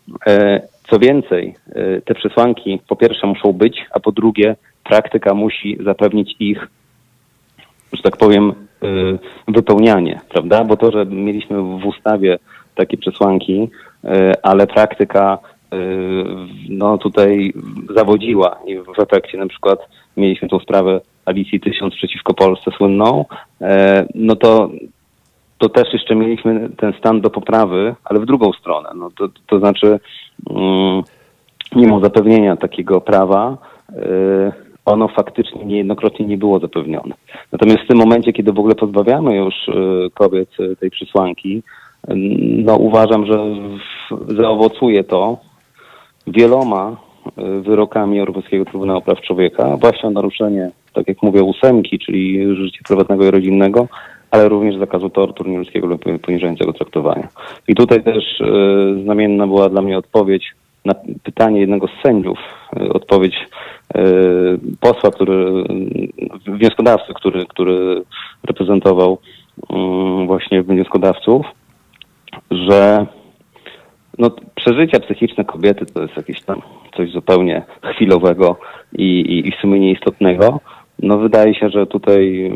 Co więcej, te przesłanki po pierwsze muszą być, a po drugie praktyka musi zapewnić ich, że tak powiem, wypełnianie, prawda? Bo to, że mieliśmy w ustawie takie przesłanki, ale praktyka no tutaj zawodziła i w efekcie na przykład mieliśmy tą sprawę Alicji 1000 przeciwko Polsce słynną, no to też jeszcze mieliśmy ten stan do poprawy, ale w drugą stronę. No to znaczy mimo zapewnienia takiego prawa ono faktycznie niejednokrotnie nie było zapewnione. Natomiast w tym momencie, kiedy w ogóle pozbawiamy już kobiet tej przesłanki, no uważam, że zaowocuje to wieloma wyrokami Europejskiego Trybunału Praw Człowieka właśnie o naruszenie, tak jak mówię, 8, czyli życia prywatnego i rodzinnego, ale również zakazu tortur, nieludzkiego lub poniżającego traktowania. I tutaj też znamienna była dla mnie odpowiedź na pytanie jednego z sędziów, odpowiedź posła, wnioskodawcy, który reprezentował właśnie wnioskodawców, że no, przeżycia psychiczne kobiety to jest jakieś tam coś zupełnie chwilowego i w sumie nieistotnego. No wydaje się, że tutaj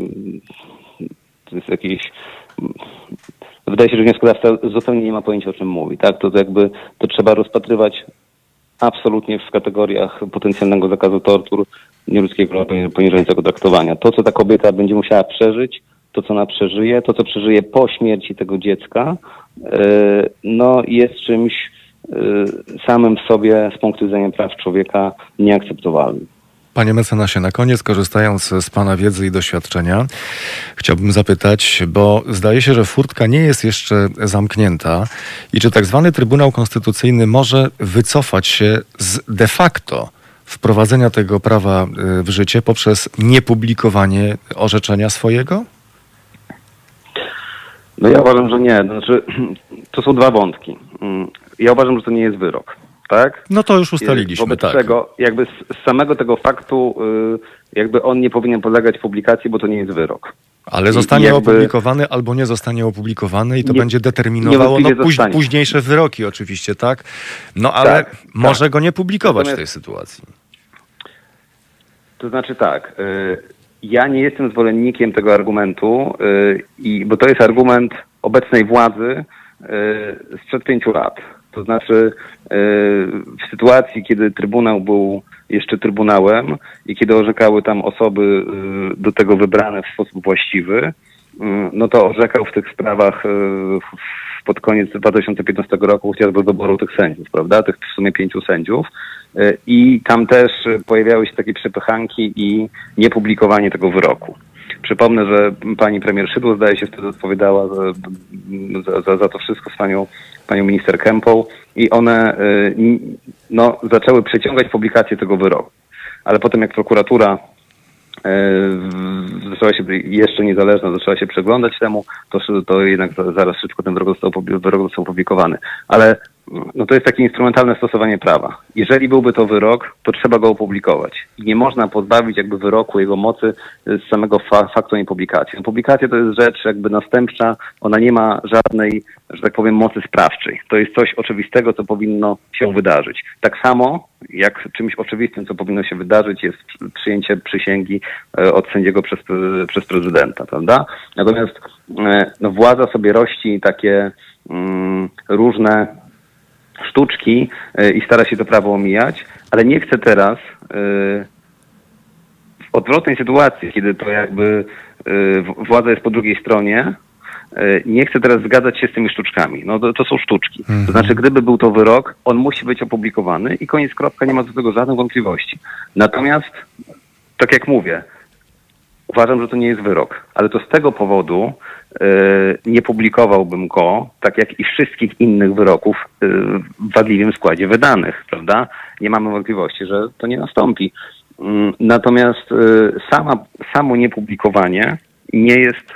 to jest jakieś... Wydaje się, że wnioskodawca zupełnie nie ma pojęcia, o czym mówi. Tak? To jakby to trzeba rozpatrywać absolutnie w kategoriach potencjalnego zakazu tortur, nieludzkiego lub poniżającego traktowania. To, co ta kobieta będzie musiała przeżyć, to, co ona przeżyje, to, co przeżyje po śmierci tego dziecka, no jest czymś samym w sobie z punktu widzenia praw człowieka nieakceptowalnym. Panie mecenasie, na koniec, korzystając z pana wiedzy i doświadczenia, chciałbym zapytać, bo zdaje się, że furtka nie jest jeszcze zamknięta i czy tak zwany Trybunał Konstytucyjny może wycofać się z de facto wprowadzenia tego prawa w życie poprzez niepublikowanie orzeczenia swojego? No ja uważam, że nie. Znaczy, to są 2 wątki. Ja uważam, że to nie jest wyrok. Tak? No to już ustaliliśmy. Wobec tak. czego jakby z samego tego faktu jakby on nie powinien podlegać publikacji, bo to nie jest wyrok. Ale zostanie opublikowany albo nie zostanie opublikowany i to będzie determinowało późniejsze wyroki oczywiście, tak? No ale tak, może go nie publikować w tej sytuacji. To znaczy tak, ja nie jestem zwolennikiem tego argumentu, bo to jest argument obecnej władzy sprzed 5 lat. To znaczy w sytuacji, kiedy Trybunał był jeszcze Trybunałem i kiedy orzekały tam osoby do tego wybrane w sposób właściwy, no to orzekał w tych sprawach pod koniec 2015 roku chociażby wyboru tych sędziów, prawda? Tych w sumie 5 sędziów. I tam też pojawiały się takie przepychanki i niepublikowanie tego wyroku. Przypomnę, że pani premier Szydło zdaje się wtedy odpowiadała za to wszystko z panią minister Kempą i one no, zaczęły przeciągać publikację tego wyroku. Ale potem jak prokuratura zaczęła się jeszcze niezależna, zaczęła się przeglądać temu, to jednak zaraz szybko ten wyrok został opublikowany. Ale no to jest takie instrumentalne stosowanie prawa. Jeżeli byłby to wyrok, to trzeba go opublikować. I nie można pozbawić jakby wyroku, jego mocy z samego faktu niepublikacji. No, publikacja to jest rzecz jakby następcza, ona nie ma żadnej, że tak powiem, mocy sprawczej. To jest coś oczywistego, co powinno się wydarzyć. Tak samo jak czymś oczywistym, co powinno się wydarzyć, jest przyjęcie przysięgi od sędziego przez prezydenta, prawda? Natomiast no, władza sobie rości takie różne sztuczki i stara się to prawo omijać, ale nie chce teraz w odwrotnej sytuacji, kiedy to jakby władza jest po drugiej stronie, nie chce teraz zgadzać się z tymi sztuczkami. No to są sztuczki. To znaczy, gdyby był to wyrok, on musi być opublikowany i koniec, kropka, nie ma do tego żadnych wątpliwości. Natomiast, tak jak mówię, uważam, że to nie jest wyrok, ale to z tego powodu nie publikowałbym go, tak jak i wszystkich innych wyroków w wadliwym składzie wydanych, prawda? Nie mamy wątpliwości, że to nie nastąpi. Natomiast samo niepublikowanie nie jest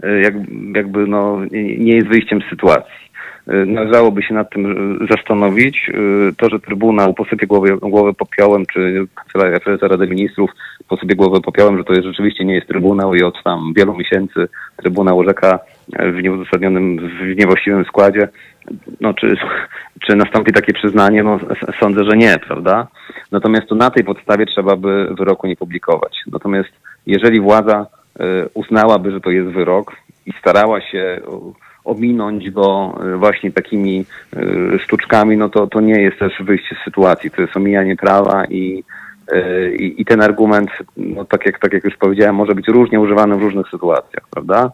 nie jest wyjściem z sytuacji. Należałoby się nad tym zastanowić. To, że Trybunał posypie głowę popiołem, czy Kancelaria Prezesa Rady Ministrów posypie głowę popiołem, że to rzeczywiście nie jest Trybunał i od tam wielu miesięcy Trybunał orzeka w nieuzasadnionym, w niewłaściwym składzie. Czy nastąpi takie przyznanie? Sądzę, że nie, prawda? Natomiast to na tej podstawie trzeba by wyroku nie publikować. Natomiast jeżeli władza uznałaby, że to jest wyrok i starała się ominąć go właśnie takimi sztuczkami, to nie jest też wyjście z sytuacji. To jest omijanie prawa i ten argument, tak jak już powiedziałem, może być różnie używany w różnych sytuacjach, prawda?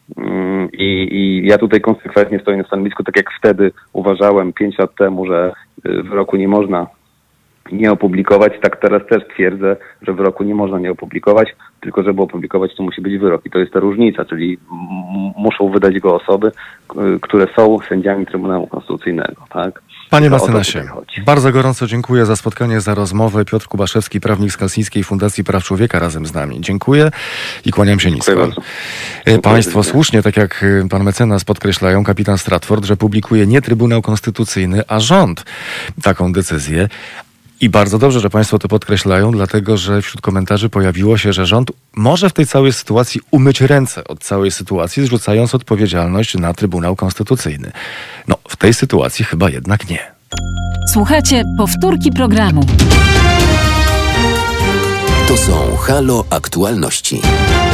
I ja tutaj konsekwentnie stoję na stanowisku, tak jak wtedy uważałem 5 lat temu, że wyroku nie można nie opublikować, tak teraz też twierdzę, że wyroku nie można nie opublikować, tylko żeby opublikować, to musi być wyrok. I to jest ta różnica, czyli muszą wydać go osoby, które są sędziami Trybunału Konstytucyjnego, tak? Panie mecenasie, bardzo gorąco dziękuję za spotkanie, za rozmowę. Piotr Kubaszewski, prawnik z Helsińskiej Fundacji Praw Człowieka razem z nami. Dziękuję i kłaniam się nisko. Państwo słusznie, tak jak pan mecenas podkreślają, kapitan Stratford, że publikuje nie Trybunał Konstytucyjny, a rząd taką decyzję. I bardzo dobrze, że państwo to podkreślają, dlatego że wśród komentarzy pojawiło się, że rząd może w tej całej sytuacji umyć ręce od całej sytuacji, zrzucając odpowiedzialność na Trybunał Konstytucyjny. W tej sytuacji chyba jednak nie. Słuchajcie, powtórki programu. To są Halo Aktualności.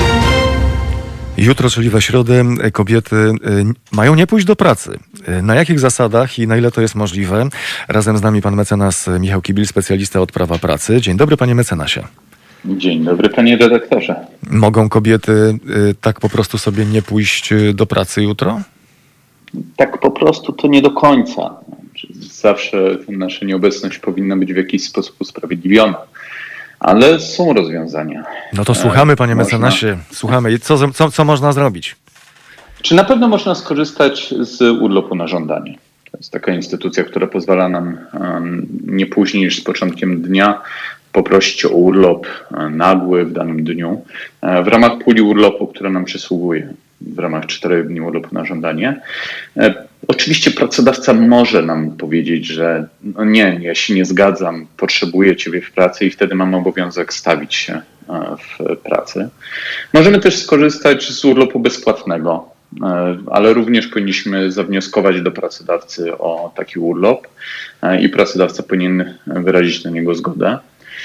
Jutro, czyli we środę, kobiety mają nie pójść do pracy. Na jakich zasadach i na ile to jest możliwe? Razem z nami pan mecenas Michał Kibil, specjalista od prawa pracy. Dzień dobry, panie mecenasie. Dzień dobry, panie redaktorze. Mogą kobiety tak po prostu sobie nie pójść do pracy jutro? Tak po prostu to nie do końca. Zawsze nasza nieobecność powinna być w jakiś sposób usprawiedliwiona. Ale są rozwiązania. To słuchamy, panie mecenasie. Słuchamy. I co można zrobić? Czy na pewno można skorzystać z urlopu na żądanie? To jest taka instytucja, która pozwala nam nie później niż z początkiem dnia poprosić o urlop nagły w danym dniu w ramach puli urlopu, która nam przysługuje w ramach 4 dni urlopu na żądanie. Oczywiście pracodawca może nam powiedzieć, że nie, ja się nie zgadzam, potrzebuję ciebie w pracy i wtedy mamy obowiązek stawić się w pracy. Możemy też skorzystać z urlopu bezpłatnego, ale również powinniśmy zawnioskować do pracodawcy o taki urlop i pracodawca powinien wyrazić na niego zgodę.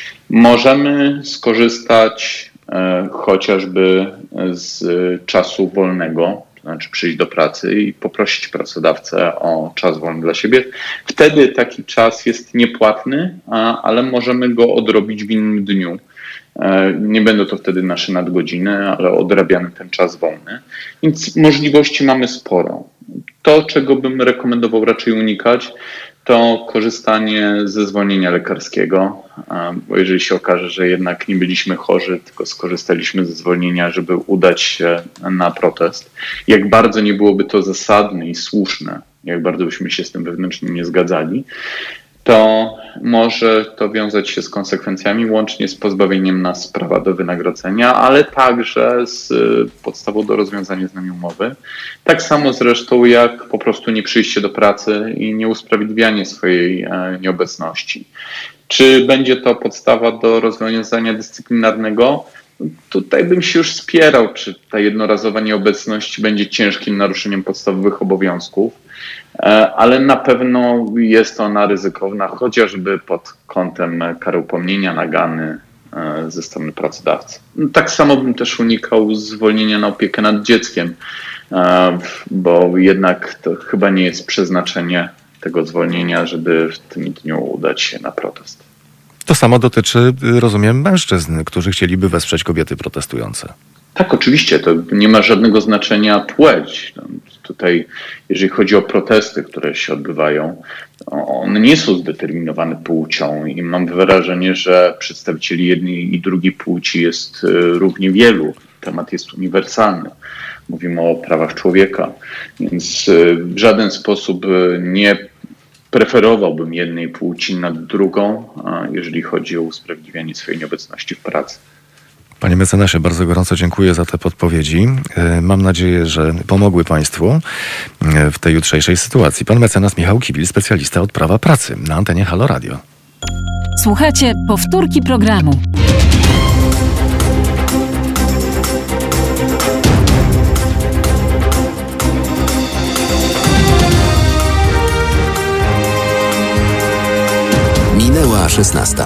Możemy skorzystać chociażby z czasu wolnego, to znaczy przyjść do pracy i poprosić pracodawcę o czas wolny dla siebie. Wtedy taki czas jest niepłatny, ale możemy go odrobić w innym dniu. Nie będą to wtedy nasze nadgodziny, ale odrabiamy ten czas wolny. Więc możliwości mamy sporo. To, czego bym rekomendował raczej unikać, to korzystanie ze zwolnienia lekarskiego, bo jeżeli się okaże, że jednak nie byliśmy chorzy, tylko skorzystaliśmy ze zwolnienia, żeby udać się na protest, jak bardzo nie byłoby to zasadne i słuszne, jak bardzo byśmy się z tym wewnętrznie nie zgadzali, to może to wiązać się z konsekwencjami, łącznie z pozbawieniem nas prawa do wynagrodzenia, ale także z podstawą do rozwiązania z nami umowy. Tak samo zresztą jak po prostu nie przyjście do pracy i nieusprawiedliwianie swojej nieobecności. Czy będzie to podstawa do rozwiązania dyscyplinarnego? Tutaj bym się już spierał, czy ta jednorazowa nieobecność będzie ciężkim naruszeniem podstawowych obowiązków, ale na pewno jest ona ryzykowna, chociażby pod kątem kary upomnienia, nagany ze strony pracodawcy. Tak samo bym też unikał zwolnienia na opiekę nad dzieckiem, bo jednak to chyba nie jest przeznaczenie tego zwolnienia, żeby w tym dniu udać się na protest. To samo dotyczy, rozumiem, mężczyzn, którzy chcieliby wesprzeć kobiety protestujące. Tak, oczywiście, to nie ma żadnego znaczenia płeć. Tutaj, jeżeli chodzi o protesty, które się odbywają, one nie są zdeterminowane płcią i mam wrażenie, że przedstawicieli jednej i drugiej płci jest równie wielu. temat jest uniwersalny. Mówimy o prawach człowieka, więc w żaden sposób nie preferowałbym jednej płci nad drugą, jeżeli chodzi o usprawiedliwianie swojej nieobecności w pracy. Panie mecenasie, bardzo gorąco dziękuję za te podpowiedzi. Mam nadzieję, że pomogły Państwu w tej jutrzejszej sytuacji. Pan mecenas Michał Kibil, specjalista od prawa pracy na antenie Halo Radio. Słuchajcie powtórki programu. Minęła 16.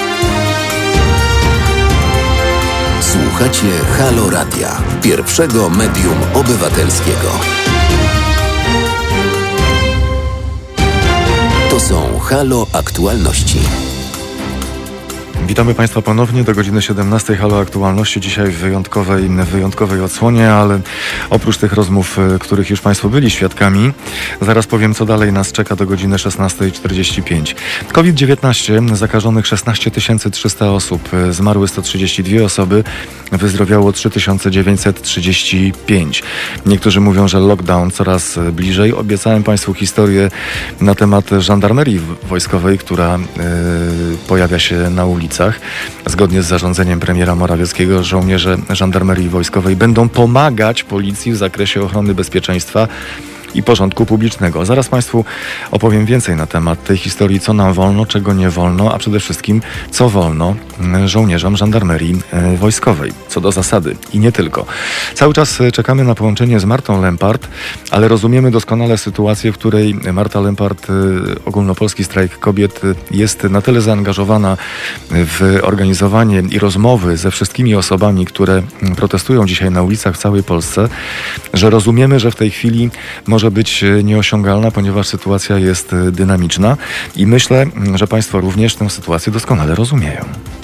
Słuchacie Halo Radia, pierwszego medium obywatelskiego. To są Halo Aktualności. Witamy Państwa ponownie do godziny 17. Halo Aktualności. Dzisiaj w wyjątkowej odsłonie, ale oprócz tych rozmów, których już Państwo byli świadkami, zaraz powiem, co dalej nas czeka do godziny 16:45. COVID-19, zakażonych 16 300 osób, zmarły 132 osoby, wyzdrowiało 3935. Niektórzy mówią, że lockdown coraz bliżej. Obiecałem Państwu historię na temat żandarmerii wojskowej, która pojawia się na ulicach. Zgodnie z zarządzeniem premiera Morawieckiego, żołnierze żandarmerii wojskowej będą pomagać policji w zakresie ochrony bezpieczeństwa i porządku publicznego. Zaraz Państwu opowiem więcej na temat tej historii, co nam wolno, czego nie wolno, a przede wszystkim co wolno żołnierzom żandarmerii wojskowej, co do zasady i nie tylko. Cały czas czekamy na połączenie z Martą Lempart, ale rozumiemy doskonale sytuację, w której Marta Lempart, Ogólnopolski Strajk Kobiet, jest na tyle zaangażowana w organizowanie i rozmowy ze wszystkimi osobami, które protestują dzisiaj na ulicach w całej Polsce, że rozumiemy, że w tej chwili może być nieosiągalna, ponieważ sytuacja jest dynamiczna i myślę, że Państwo również tę sytuację doskonale rozumieją.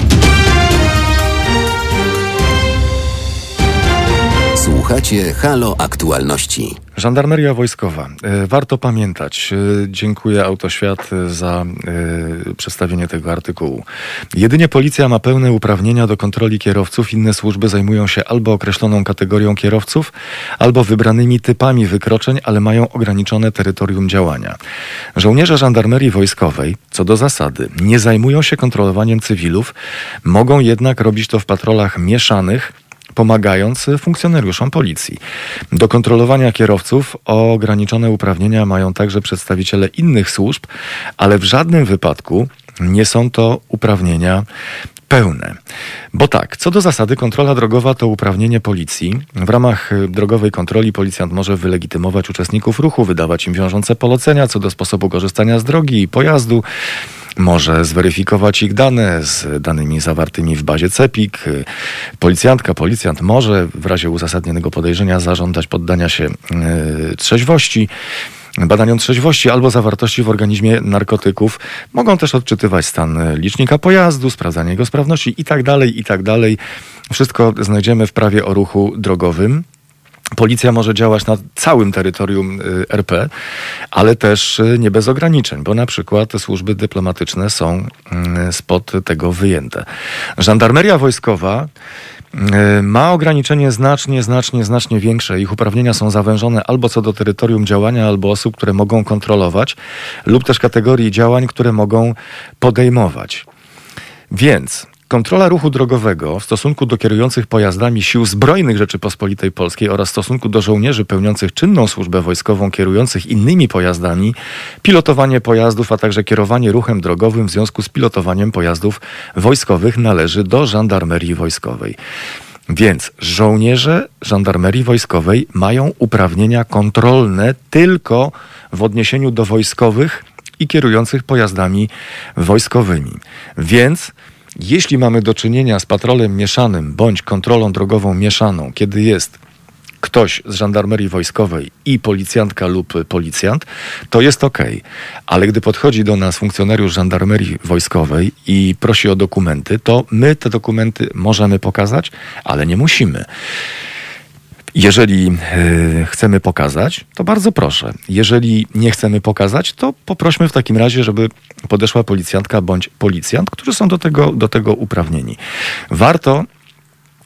Słuchacie Halo Aktualności. Żandarmeria wojskowa. Warto pamiętać. Dziękuję Autoświat za przedstawienie tego artykułu. Jedynie policja ma pełne uprawnienia do kontroli kierowców. Inne służby zajmują się albo określoną kategorią kierowców, albo wybranymi typami wykroczeń, ale mają ograniczone terytorium działania. Żołnierze żandarmerii wojskowej, co do zasady, nie zajmują się kontrolowaniem cywilów, mogą jednak robić to w patrolach mieszanych, pomagając funkcjonariuszom policji. Do kontrolowania kierowców ograniczone uprawnienia mają także przedstawiciele innych służb, ale w żadnym wypadku nie są to uprawnienia pełne. Bo tak, co do zasady kontrola drogowa to uprawnienie policji. W ramach drogowej kontroli policjant może wylegitymować uczestników ruchu, wydawać im wiążące polecenia co do sposobu korzystania z drogi i pojazdu. Może zweryfikować ich dane z danymi zawartymi w bazie CEPiK. Policjant może w razie uzasadnionego podejrzenia zażądać poddania się badaniom trzeźwości albo zawartości w organizmie narkotyków. Mogą też odczytywać stan licznika pojazdu, sprawdzanie jego sprawności itd. Wszystko znajdziemy w prawie o ruchu drogowym. Policja może działać na całym terytorium RP, ale też nie bez ograniczeń, bo na przykład służby dyplomatyczne są spod tego wyjęte. Żandarmeria wojskowa ma ograniczenie znacznie większe. Ich uprawnienia są zawężone albo co do terytorium działania, albo osób, które mogą kontrolować, lub też kategorii działań, które mogą podejmować. Więc kontrola ruchu drogowego w stosunku do kierujących pojazdami Sił Zbrojnych Rzeczypospolitej Polskiej oraz w stosunku do żołnierzy pełniących czynną służbę wojskową kierujących innymi pojazdami, pilotowanie pojazdów, a także kierowanie ruchem drogowym w związku z pilotowaniem pojazdów wojskowych należy do żandarmerii wojskowej. Więc żołnierze żandarmerii wojskowej mają uprawnienia kontrolne tylko w odniesieniu do wojskowych i kierujących pojazdami wojskowymi. Więc jeśli mamy do czynienia z patrolem mieszanym bądź kontrolą drogową mieszaną, kiedy jest ktoś z żandarmerii wojskowej i policjantka lub policjant, to jest okej. Ale gdy podchodzi do nas funkcjonariusz żandarmerii wojskowej i prosi o dokumenty, to my te dokumenty możemy pokazać, ale nie musimy. Jeżeli chcemy pokazać, to bardzo proszę. Jeżeli nie chcemy pokazać, to poprośmy w takim razie, żeby podeszła policjantka bądź policjant, którzy są do tego uprawnieni. Warto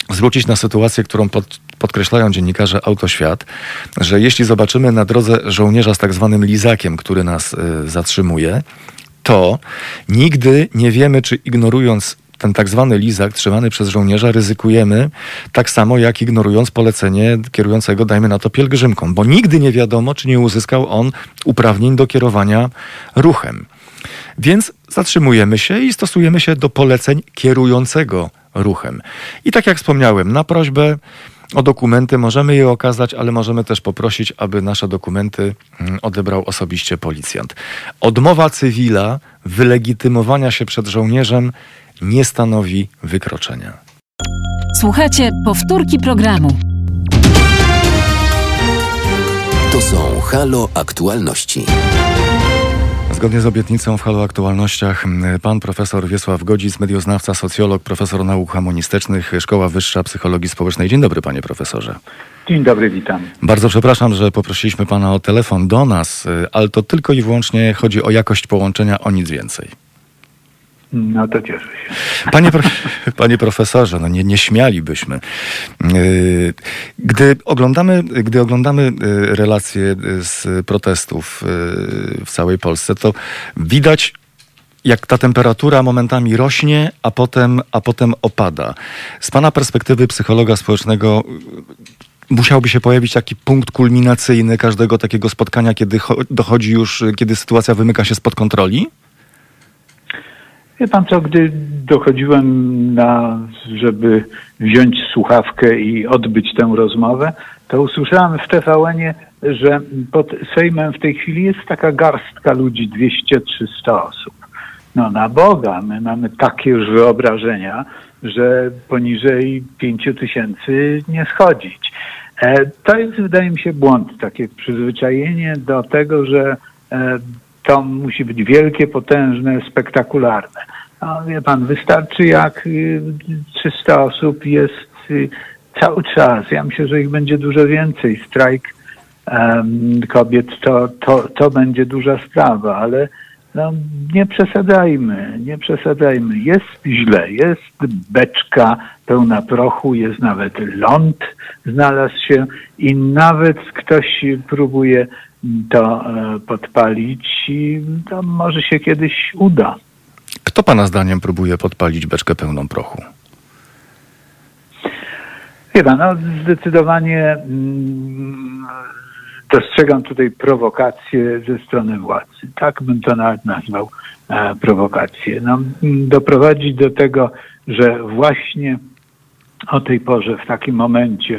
zwrócić na sytuację, którą podkreślają dziennikarze Autoświat, że jeśli zobaczymy na drodze żołnierza z tak zwanym lizakiem, który nas zatrzymuje, to nigdy nie wiemy, czy ignorując ten tak zwany lizak trzymany przez żołnierza ryzykujemy tak samo, jak ignorując polecenie kierującego, dajmy na to, pielgrzymką, bo nigdy nie wiadomo, czy nie uzyskał on uprawnień do kierowania ruchem. Więc zatrzymujemy się i stosujemy się do poleceń kierującego ruchem. I tak jak wspomniałem, na prośbę o dokumenty możemy je okazać, ale możemy też poprosić, aby nasze dokumenty odebrał osobiście policjant. Odmowa cywila, wylegitymowania się przed żołnierzem nie stanowi wykroczenia. Słuchajcie, powtórki programu. To są Halo Aktualności. Zgodnie z obietnicą w Halo Aktualnościach pan profesor Wiesław Godzic, medioznawca, socjolog, profesor nauk humanistycznych, Szkoła Wyższa Psychologii Społecznej. Dzień dobry, panie profesorze. Dzień dobry, witam. Bardzo przepraszam, że poprosiliśmy pana o telefon do nas, ale to tylko i wyłącznie chodzi o jakość połączenia, o nic więcej. No to cieszę się. Panie profesorze, no nie śmialibyśmy. Gdy oglądamy relacje z protestów w całej Polsce, to widać, jak ta temperatura momentami rośnie, a potem opada. Z pana perspektywy psychologa społecznego musiałby się pojawić taki punkt kulminacyjny każdego takiego spotkania, kiedy dochodzi już, kiedy sytuacja wymyka się spod kontroli? Wie pan co, gdy dochodziłem żeby wziąć słuchawkę i odbyć tę rozmowę, to usłyszałem w TVN-ie, że pod Sejmem w tej chwili jest taka garstka ludzi, 200-300 osób. No na Boga, my mamy takie już wyobrażenia, że poniżej 5000 nie schodzić. To jest, wydaje mi się, błąd, takie przyzwyczajenie do tego, że to musi być wielkie, potężne, spektakularne. A wie pan, wystarczy jak 300 osób jest cały czas. Ja myślę, że ich będzie dużo więcej. Strajk kobiet to będzie duża sprawa, ale no, nie przesadzajmy. Jest źle, jest beczka pełna prochu, jest nawet ląd znalazł się i nawet ktoś próbuje to podpalić i to może się kiedyś uda. Kto pana zdaniem próbuje podpalić beczkę pełną prochu? Chyba, no zdecydowanie dostrzegam tutaj prowokację ze strony władzy. Tak bym to nawet nazwał, prowokację. No, doprowadzić do tego, że właśnie o tej porze, w takim momencie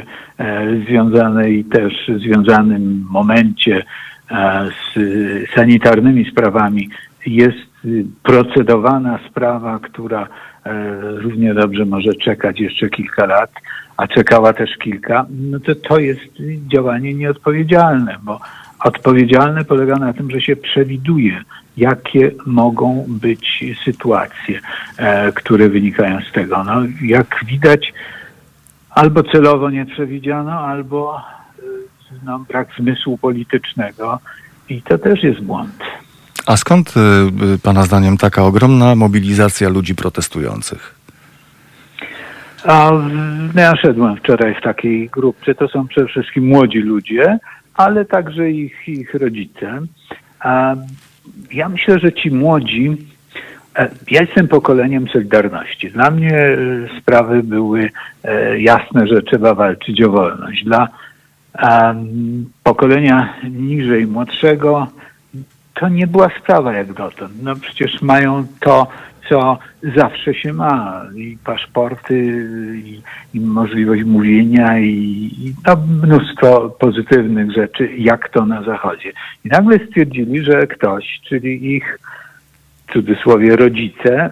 związanym momencie z sanitarnymi sprawami jest procedowana sprawa, która równie dobrze może czekać jeszcze kilka lat, a czekała też kilka, no to jest działanie nieodpowiedzialne, bo odpowiedzialne polega na tym, że się przewiduje, jakie mogą być sytuacje, które wynikają z tego. No, jak widać, albo celowo nie przewidziano, albo brak zmysłu politycznego i to też jest błąd. A skąd pana zdaniem taka ogromna mobilizacja ludzi protestujących? Ja szedłem wczoraj w takiej grupie. To są przede wszystkim młodzi ludzie, ale także ich rodzice. Ja myślę, że ci młodzi... Ja jestem pokoleniem Solidarności. Dla mnie sprawy były jasne, że trzeba walczyć o wolność. Dla pokolenia niżej, młodszego, to nie była sprawa jak dotąd. No przecież mają to, co zawsze się ma. I paszporty, i możliwość mówienia, i mnóstwo pozytywnych rzeczy, jak to na Zachodzie. I nagle stwierdzili, że ktoś, czyli ich, w cudzysłowie, rodzice,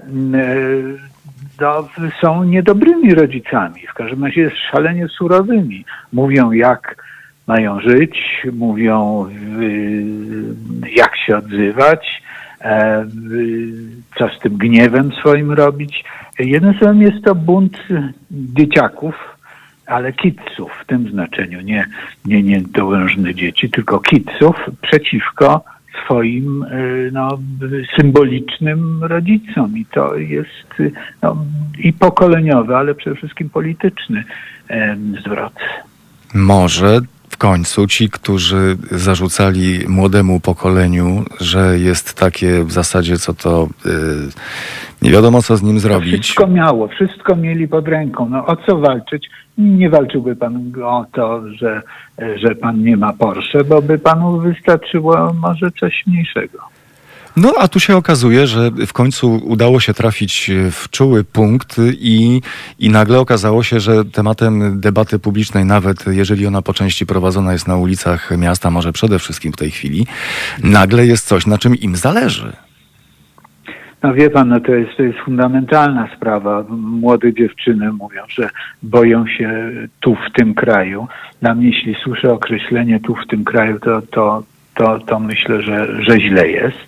są niedobrymi rodzicami. W każdym razie szalenie surowymi. Mówią, jak mają żyć, mówią, jak się odzywać, co z tym gniewem swoim robić. Jednym słowem jest to bunt dzieciaków, ale kidsów w tym znaczeniu, nie dołężne dzieci, tylko kidsów przeciwko swoim symbolicznym rodzicom. I to jest i pokoleniowy, ale przede wszystkim polityczny zwrot. Może w końcu ci, którzy zarzucali młodemu pokoleniu, że jest takie w zasadzie, co to nie wiadomo, co z nim zrobić. Wszystko mieli pod ręką. No o co walczyć? Nie walczyłby pan o to, że pan nie ma Porsche, bo by panu wystarczyło może coś mniejszego. No a tu się okazuje, że w końcu udało się trafić w czuły punkt i nagle okazało się, że tematem debaty publicznej, nawet jeżeli ona po części prowadzona jest na ulicach miasta, może przede wszystkim w tej chwili, nagle jest coś, na czym im zależy. No wie pan, to jest fundamentalna sprawa. Młode dziewczyny mówią, że boją się tu w tym kraju. Dla mnie, jeśli słyszę określenie tu w tym kraju, to myślę, że źle jest.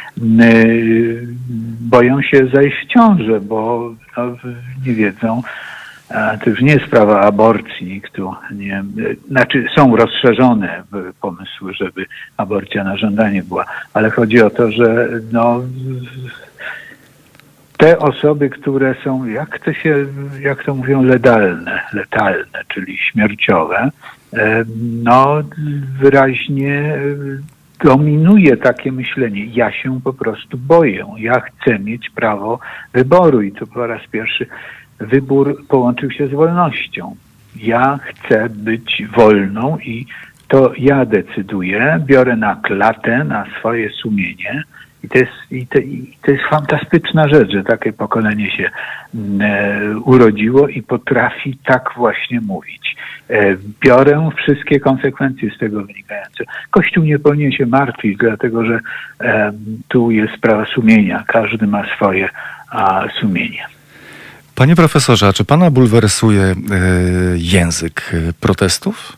Boją się zajść w ciążę, bo nie wiedzą. To już nie jest sprawa aborcji, są rozszerzone pomysły, żeby aborcja na żądanie była, ale chodzi o to, że te osoby, które są, jak to mówią, letalne, czyli śmierciowe, wyraźnie dominuje takie myślenie. Ja się po prostu boję. Ja chcę mieć prawo wyboru i to po raz pierwszy wybór połączył się z wolnością. Ja chcę być wolną i to ja decyduję, biorę na klatę, na swoje sumienie. I to jest fantastyczna rzecz, że takie pokolenie się urodziło i potrafi tak właśnie mówić. Biorę wszystkie konsekwencje z tego wynikające. Kościół nie powinien się martwić, dlatego że tu jest sprawa sumienia. Każdy ma swoje sumienie. Panie profesorze, a czy pana bulwersuje język protestów?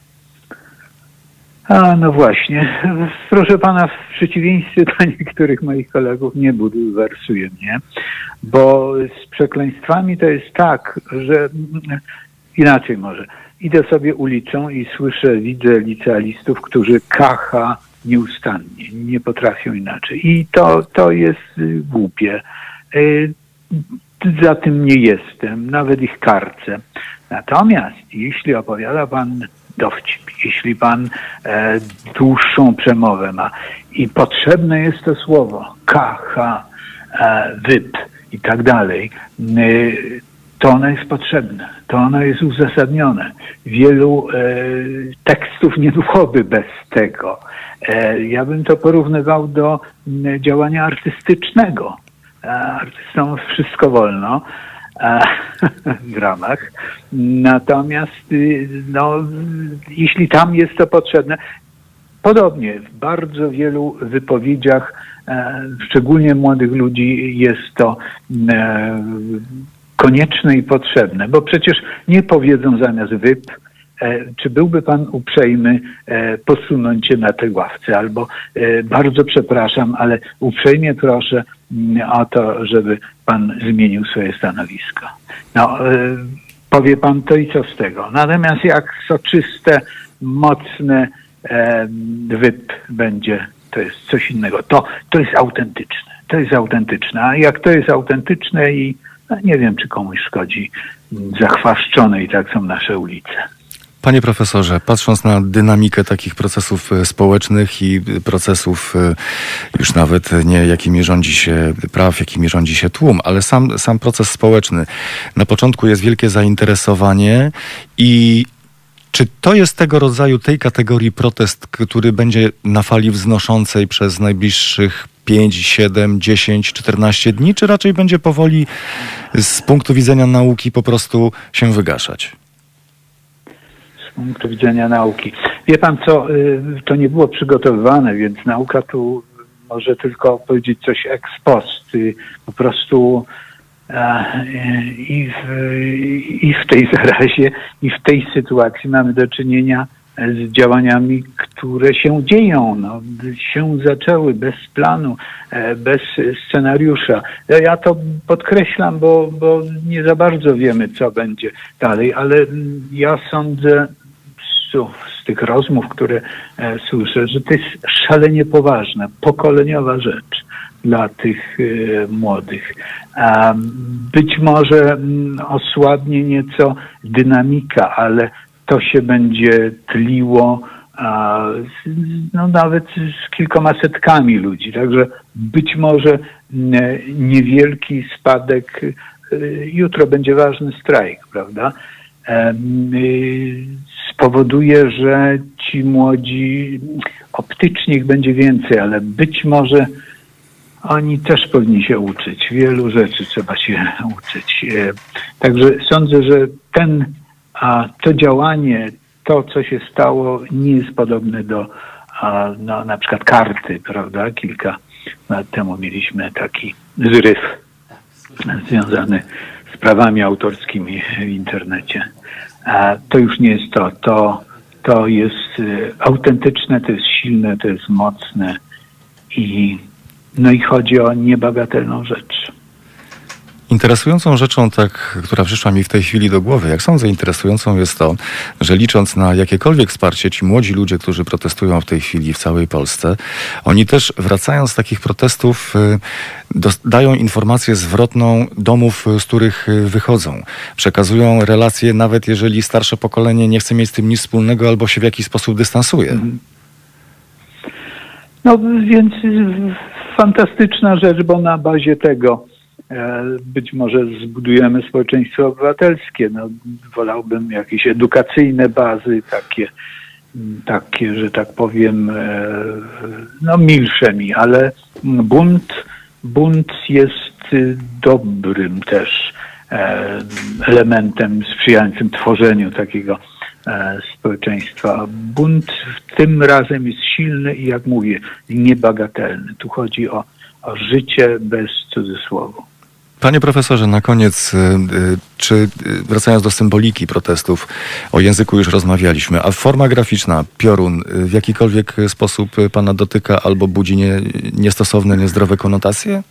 No właśnie. Proszę pana, w przeciwieństwie do niektórych moich kolegów nie bulwersuje mnie, bo z przekleństwami to jest tak, że inaczej może. Idę sobie ulicą i widzę licealistów, którzy kacha nieustannie, nie potrafią inaczej. I to jest głupie. Za tym nie jestem, nawet ich karcę. Natomiast jeśli opowiada pan dowcip, jeśli pan dłuższą przemowę ma i potrzebne jest to słowo wyp i tak dalej, to ono jest potrzebne, to ono jest uzasadnione. Wielu tekstów nie byłoby bez tego. Ja bym to porównywał do działania artystycznego. Artystom wszystko wolno w ramach. Natomiast jeśli tam jest to potrzebne, podobnie w bardzo wielu wypowiedziach, szczególnie młodych ludzi, jest to konieczne i potrzebne, bo przecież nie powiedzą zamiast wyp, czy byłby pan uprzejmy posunąć się na tej ławce, albo bardzo przepraszam, ale uprzejmie proszę o to, żeby pan zmienił swoje stanowisko. Powie pan to i co z tego? Natomiast jak soczyste, mocne wyp będzie, to jest coś innego. To jest autentyczne. To jest autentyczne. A jak to jest autentyczne i nie wiem, czy komuś szkodzi, zachwaszczone i tak są nasze ulice. Panie profesorze, patrząc na dynamikę takich procesów społecznych i procesów już nawet nie jakimi rządzi się praw, jakimi rządzi się tłum, ale sam proces społeczny. Na początku jest wielkie zainteresowanie i czy to jest tego rodzaju, tej kategorii protest, który będzie na fali wznoszącej przez najbliższych 5, 7, 10, 14 dni, czy raczej będzie powoli z punktu widzenia nauki po prostu się wygaszać? Z punktu widzenia nauki. Wie pan co, to nie było przygotowywane, więc nauka tu może tylko powiedzieć coś ex post. Po prostu i w tej zarazie, i w tej sytuacji mamy do czynienia z działaniami, które się dzieją, się zaczęły bez planu, bez scenariusza. Ja to podkreślam, bo nie za bardzo wiemy, co będzie dalej, ale ja sądzę miejscu, z tych rozmów, które słyszę, że to jest szalenie poważna, pokoleniowa rzecz dla tych młodych. Być może osłabnie nieco dynamika, ale to się będzie tliło nawet z kilkoma setkami ludzi. Także być może niewielki spadek, jutro będzie ważny strajk, prawda? Spowoduje, że ci młodzi, optycznie ich będzie więcej, ale być może oni też powinni się uczyć. Wielu rzeczy trzeba się uczyć. Także sądzę, że to działanie, to co się stało, nie jest podobne do na przykład karty, prawda? Kilka lat temu mieliśmy taki zryw związany z prawami autorskimi w internecie. To już nie jest to. To jest autentyczne, to jest silne, to jest mocne i chodzi o niebagatelną rzecz. Interesującą rzeczą, która przyszła mi w tej chwili do głowy, jak sądzę, interesującą jest to, że licząc na jakiekolwiek wsparcie, ci młodzi ludzie, którzy protestują w tej chwili w całej Polsce, oni też wracając z takich protestów dają informację zwrotną domów, z których wychodzą. Przekazują relacje, nawet jeżeli starsze pokolenie nie chce mieć z tym nic wspólnego albo się w jakiś sposób dystansuje. No więc fantastyczna rzecz, bo na bazie tego być może zbudujemy społeczeństwo obywatelskie. Wolałbym jakieś edukacyjne bazy, takie, że tak powiem, milsze mi, ale bunt jest dobrym też elementem sprzyjającym tworzeniu takiego społeczeństwa. Bunt tym razem jest silny i, jak mówię, niebagatelny. Tu chodzi o życie bez cudzysłowu. Panie profesorze, na koniec, czy wracając do symboliki protestów, o języku już rozmawialiśmy, a forma graficzna, piorun, w jakikolwiek sposób pana dotyka albo budzi niestosowne, niezdrowe konotacje?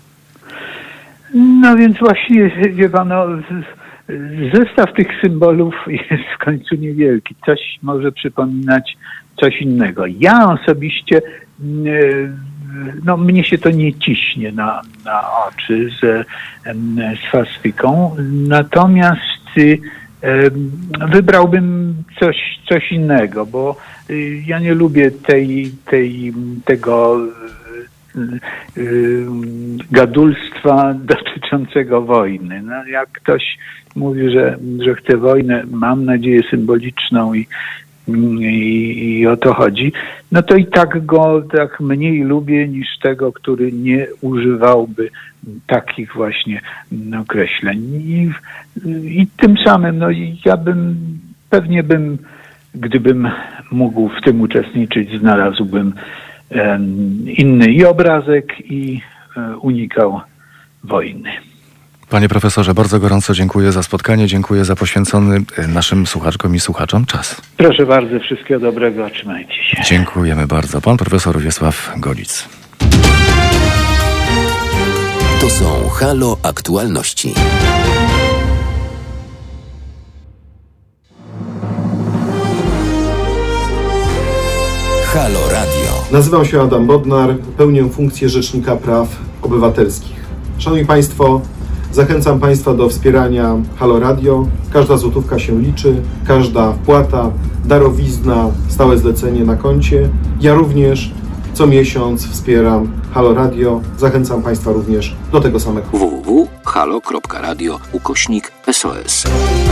No więc właśnie, wie pan, zestaw tych symbolów jest w końcu niewielki. Coś może przypominać coś innego. Ja osobiście mnie się to nie ciśnie na oczy z swastyką, natomiast wybrałbym coś innego, bo ja nie lubię tego gadulstwa dotyczącego wojny. Jak ktoś mówi, że chce wojnę, mam nadzieję symboliczną i o to chodzi, no to i tak go mniej lubię niż tego, który nie używałby takich właśnie określeń. I tym samym, ja pewnie gdybym mógł w tym uczestniczyć, znalazłbym inny i obrazek i unikał wojny. Panie profesorze, bardzo gorąco dziękuję za spotkanie, dziękuję za poświęcony naszym słuchaczkom i słuchaczom czas. Proszę bardzo, wszystkiego dobrego, trzymajcie się. Dziękujemy bardzo. Pan profesor Wiesław Golic. To są Halo Aktualności. Halo Radio. Nazywam się Adam Bodnar, pełnię funkcję Rzecznika Praw Obywatelskich. Szanowni Państwo, zachęcam Państwa do wspierania Halo Radio. Każda złotówka się liczy, każda wpłata, darowizna, stałe zlecenie na koncie. Ja również co miesiąc wspieram Halo Radio. Zachęcam Państwa również do tego samego. www.halo.radio/SOS.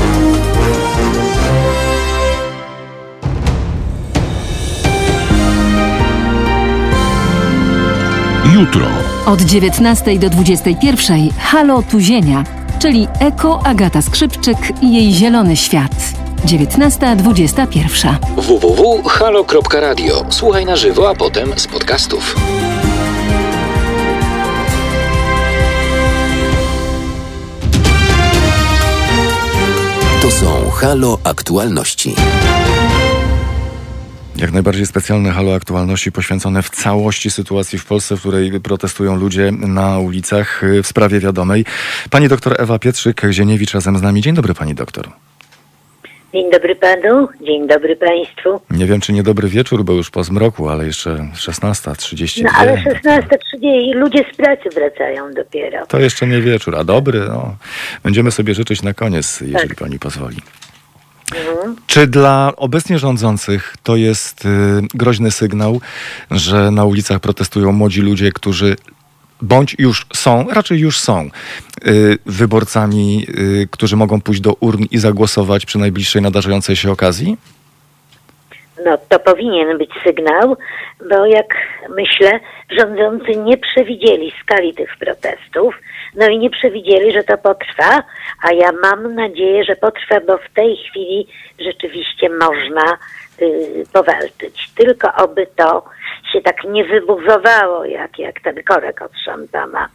Jutro. Od 19 do 21 Halo Tuzienia, czyli Eko Agata Skrzypczyk i jej zielony świat. 19:21. www.halo.radio. Słuchaj na żywo, a potem z podcastów. To są Halo Aktualności. Jak najbardziej specjalne Halo Aktualności poświęcone w całości sytuacji w Polsce, w której protestują ludzie na ulicach w sprawie wiadomej. Pani doktor Ewa Pietrzyk-Zieniewicz razem z nami. Dzień dobry, pani doktor. Dzień dobry panu, dzień dobry państwu. Nie wiem, czy nie dobry wieczór, bo już po zmroku, ale jeszcze 16:32. No ale 16:30 ludzie z pracy wracają dopiero. To jeszcze nie wieczór, a dobry, no. Będziemy sobie życzyć na koniec, jeżeli pani pozwoli. Czy dla obecnie rządzących to jest groźny sygnał, że na ulicach protestują młodzi ludzie, którzy bądź już są, raczej już są wyborcami, którzy mogą pójść do urn i zagłosować przy najbliższej nadarzającej się okazji? No to powinien być sygnał, bo jak myślę, rządzący nie przewidzieli skali tych protestów, no i nie przewidzieli, że to potrwa, a ja mam nadzieję, że potrwa, bo w tej chwili rzeczywiście można powalczyć. Tylko oby to się tak nie wybuzowało, jak ten korek od szampana.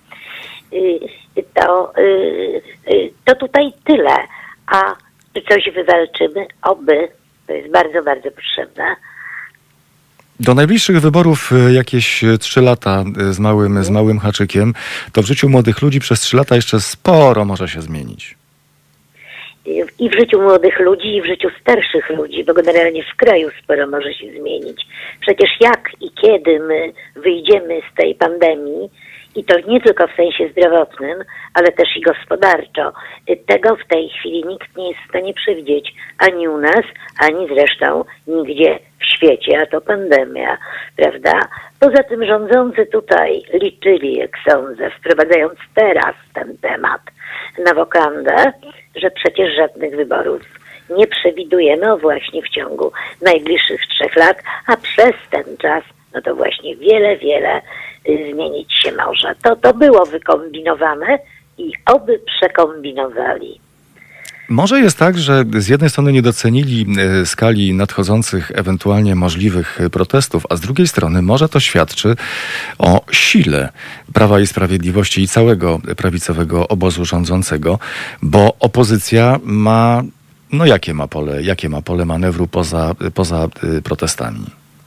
To tutaj tyle. A czy coś wywalczymy? Oby. To jest bardzo, bardzo potrzebne. Do najbliższych wyborów jakieś 3 lata z małym haczykiem. To w życiu młodych ludzi przez 3 lata jeszcze sporo może się zmienić. I w życiu młodych ludzi, i w życiu starszych ludzi, bo generalnie w kraju sporo może się zmienić. Przecież jak i kiedy my wyjdziemy z tej pandemii, i to nie tylko w sensie zdrowotnym, ale też i gospodarczo, tego w tej chwili nikt nie jest w stanie przewidzieć. Ani u nas, ani zresztą nigdzie w świecie, a to pandemia, prawda? Poza tym rządzący tutaj liczyli, jak sądzę, wprowadzając teraz ten temat na wokandę, że przecież żadnych wyborów nie przewidujemy właśnie w ciągu najbliższych 3 lat, a przez ten czas, no to właśnie wiele zmienić się może. To było wykombinowane i oby przekombinowali. Może jest tak, że z jednej strony nie docenili skali nadchodzących, ewentualnie możliwych protestów, a z drugiej strony może to świadczy o sile Prawa i Sprawiedliwości i całego prawicowego obozu rządzącego, bo opozycja ma, no jakie ma pole manewru poza protestami?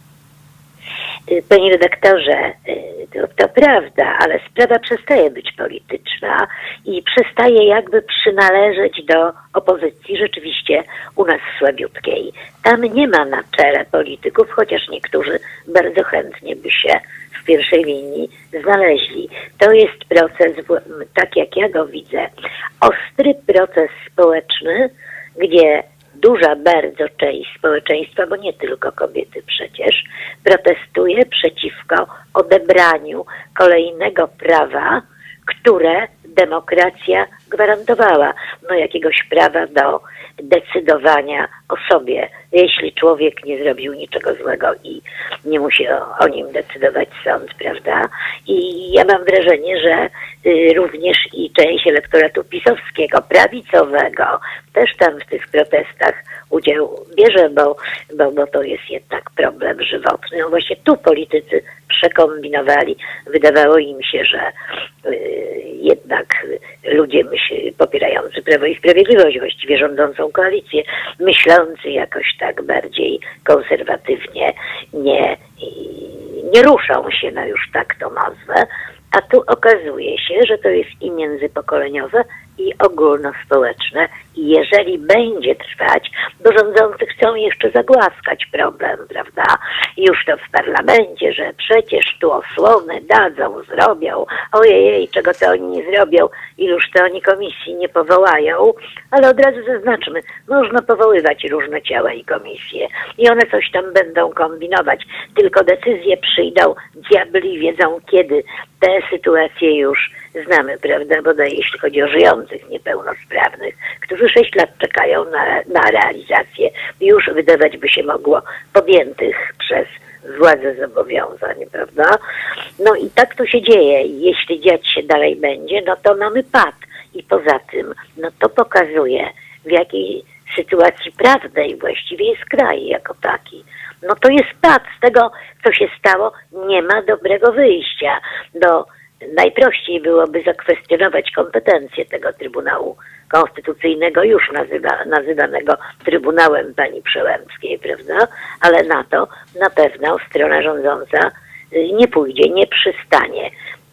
Panie redaktorze, to prawda, ale sprawa przestaje być polityczna i przestaje jakby przynależeć do opozycji rzeczywiście u nas słabiutkiej. Tam nie ma na czele polityków, chociaż niektórzy bardzo chętnie by się w pierwszej linii znaleźli. To jest proces, tak jak ja go widzę, ostry proces społeczny, gdzie duża bardzo część społeczeństwa, bo nie tylko kobiety przecież, protestuje przeciwko odebraniu kolejnego prawa, które demokracja gwarantowała. No jakiegoś prawa do decydowania o sobie, jeśli człowiek nie zrobił niczego złego i nie musi o nim decydować sąd, prawda? I ja mam wrażenie, że również i część elektoratu pisowskiego, prawicowego, też tam w tych protestach udział bierze, bo to jest jednak problem żywotny. No właśnie tu politycy przekombinowali. Wydawało im się, że jednak ludzie popierający Prawo i Sprawiedliwość, właściwie rządzącą koalicję, myślący jakoś tak bardziej konserwatywnie, nie ruszą się na już tak to nazwę, a tu okazuje się, że to jest i międzypokoleniowe, i ogólnospołeczne. I jeżeli będzie trwać, bo rządzący chcą jeszcze zagłaskać problem, prawda? Już to w parlamencie, że przecież tu osłony dadzą, zrobią. Ojej, czego to oni nie zrobią, iluż to oni komisji nie powołają. Ale od razu zaznaczmy, można powoływać różne ciała i komisje. I one coś tam będą kombinować. Tylko decyzje przyjdą, diabli wiedzą kiedy. Te sytuacje już znamy, prawda, bodaj jeśli chodzi o żyjących niepełnosprawnych, którzy 6 lat czekają na realizację, już wydawać by się mogło podjętych przez władzę zobowiązań, prawda? No i tak to się dzieje. Jeśli dziać się dalej będzie, no to mamy pad. I poza tym, no to pokazuje, w jakiej sytuacji prawnej właściwie jest kraj jako taki. No to jest pad. Z tego, co się stało, nie ma dobrego wyjścia. Najprościej byłoby zakwestionować kompetencje tego Trybunału Konstytucyjnego, już nazywanego Trybunałem pani Przełęckiej, prawda? Ale na to na pewno strona rządząca nie pójdzie, nie przystanie.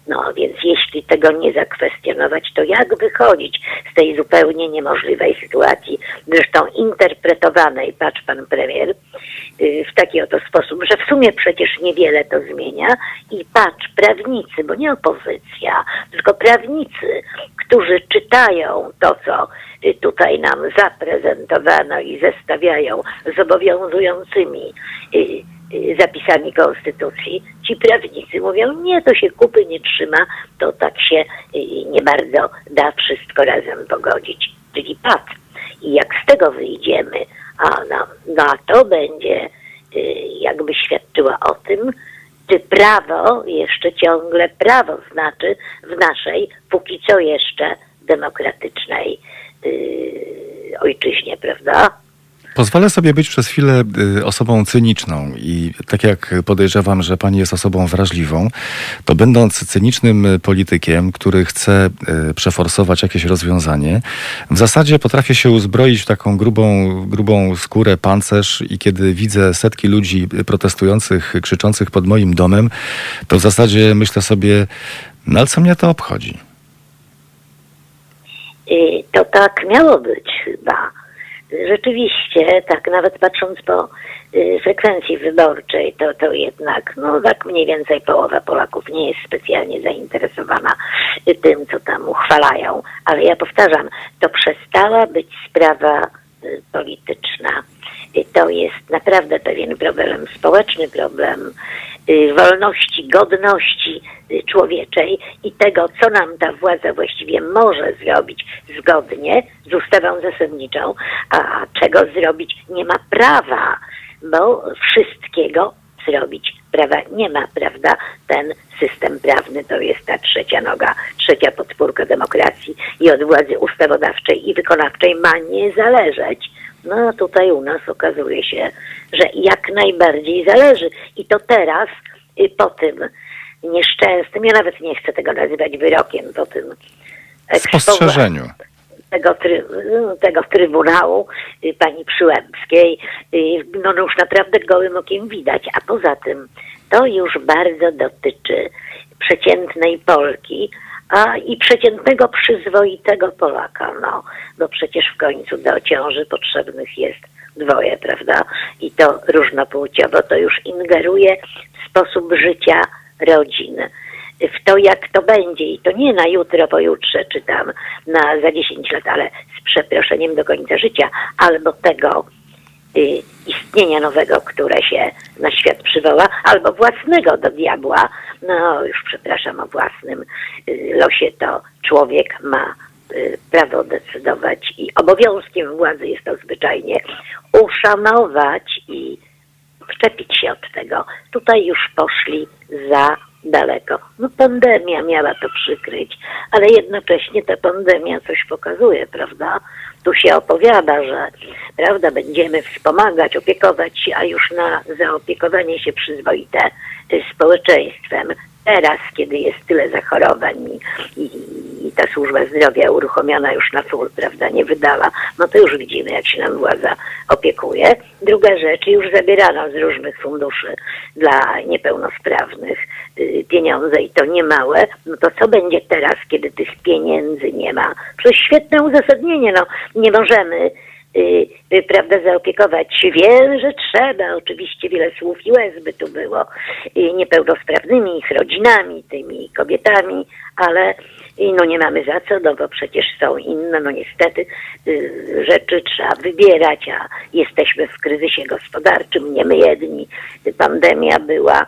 No więc jeśli tego nie zakwestionować, to jak wychodzić z tej zupełnie niemożliwej sytuacji, zresztą interpretowanej, patrz pan premier, w taki oto sposób, że w sumie przecież niewiele to zmienia i patrz, prawnicy, bo nie opozycja, tylko prawnicy, którzy czytają to, co tutaj nam zaprezentowano i zestawiają z obowiązującymi zapisami konstytucji, ci prawnicy mówią, nie, to się kupy nie trzyma, to tak się nie bardzo da wszystko razem pogodzić. Czyli patrz, i jak z tego wyjdziemy, a to będzie jakby świadczyło o tym, czy prawo, jeszcze ciągle prawo znaczy w naszej, póki co jeszcze demokratycznej ojczyźnie, prawda? Pozwolę sobie być przez chwilę osobą cyniczną i tak jak podejrzewam, że pani jest osobą wrażliwą, to będąc cynicznym politykiem, który chce przeforsować jakieś rozwiązanie, w zasadzie potrafię się uzbroić w taką grubą skórę, pancerz i kiedy widzę setki ludzi protestujących, krzyczących pod moim domem, to w zasadzie myślę sobie, no ale co mnie to obchodzi? To tak miało być chyba. Rzeczywiście, tak nawet patrząc po frekwencji wyborczej, to jednak, no tak mniej więcej połowa Polaków nie jest specjalnie zainteresowana tym, co tam uchwalają. Ale ja powtarzam, to przestała być sprawa polityczna. To jest naprawdę pewien problem społeczny, problem wolności, godności człowieczej i tego, co nam ta władza właściwie może zrobić zgodnie z ustawą zasadniczą, a czego zrobić nie ma prawa, bo wszystkiego zrobić prawa nie ma, prawda? Ten system prawny to jest ta trzecia noga, trzecia podpórka demokracji i od władzy ustawodawczej i wykonawczej ma nie zależeć. No a tutaj u nas okazuje się, że jak najbardziej zależy. I to teraz, po tym nieszczęsnym, ja nawet nie chcę tego nazywać wyrokiem, po tym spostrzeżeniu tego Trybunału pani Przyłębskiej, no już naprawdę gołym okiem widać. A poza tym to już bardzo dotyczy przeciętnej Polki, i przeciętnego, przyzwoitego Polaka, no, bo przecież w końcu do ciąży potrzebnych jest dwoje, prawda? I to różnopłciowo, to już ingeruje w sposób życia rodzin, w to, jak to będzie. I to nie na jutro, pojutrze, czy tam za 10 lat, ale z przeproszeniem do końca życia, albo tego istnienia nowego, które się na świat przywoła, albo własnego do diabła. No już przepraszam, o własnym losie to człowiek ma prawo decydować i obowiązkiem władzy jest to zwyczajnie uszanować i wczepić się od tego. Tutaj już poszli za daleko. No pandemia miała to przykryć, ale jednocześnie ta pandemia coś pokazuje, prawda? Tu się opowiada, że prawda, będziemy wspomagać, opiekować się, a już na zaopiekowanie się przyzwoite społeczeństwem. Teraz, kiedy jest tyle zachorowań i ta służba zdrowia uruchomiona już na full, prawda, nie wydała, no to już widzimy, jak się nam władza opiekuje. Druga rzecz, już zabierano z różnych funduszy dla niepełnosprawnych pieniądze i to niemałe, no to co będzie teraz, kiedy tych pieniędzy nie ma? Przecież świetne uzasadnienie, no nie możemy prawda, zaopiekować się. Wiem, że trzeba, oczywiście wiele słów i łez by tu było, niepełnosprawnymi, ich rodzinami, tymi kobietami, ale no nie mamy za co, no bo przecież są inne, no niestety rzeczy trzeba wybierać, a jesteśmy w kryzysie gospodarczym, nie my jedni, pandemia była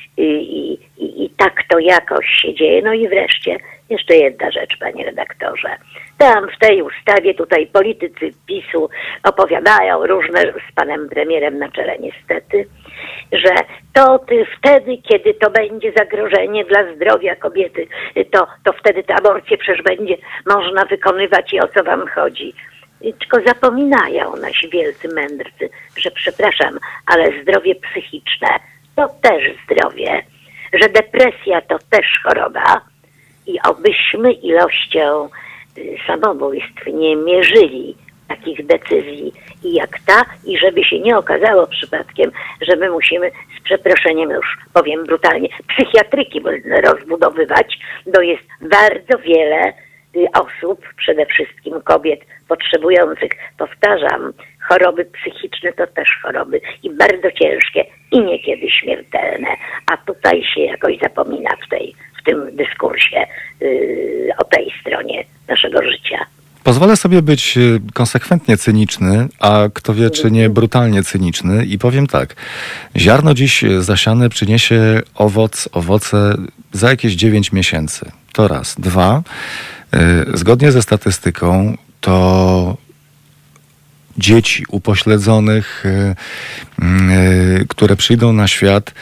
i tak to jakoś się dzieje. No i wreszcie jeszcze jedna rzecz, panie redaktorze. Tam w tej ustawie tutaj politycy PiS-u opowiadają różne, z panem premierem na czele niestety, że to wtedy, kiedy to będzie zagrożenie dla zdrowia kobiety, to wtedy te aborcje przecież będzie można wykonywać i o co wam chodzi. Tylko zapominają nasi wielcy mędrcy, że przepraszam, ale zdrowie psychiczne to też zdrowie, że depresja to też choroba i obyśmy ilością samobójstw nie mierzyli takich decyzji i jak ta, i żeby się nie okazało przypadkiem, że my musimy, z przeproszeniem już powiem brutalnie, psychiatryki rozbudowywać, bo jest bardzo wiele osób, przede wszystkim kobiet potrzebujących, powtarzam, choroby psychiczne to też choroby i bardzo ciężkie i niekiedy śmiertelne, a tutaj się jakoś zapomina w tym dyskursie o tej stronie naszego życia. Pozwolę sobie być konsekwentnie cyniczny, a kto wie, czy nie brutalnie cyniczny i powiem tak. Ziarno dziś zasiane przyniesie owoce za jakieś 9 miesięcy. To raz. 2. Zgodnie ze statystyką to dzieci upośledzonych, które przyjdą na świat,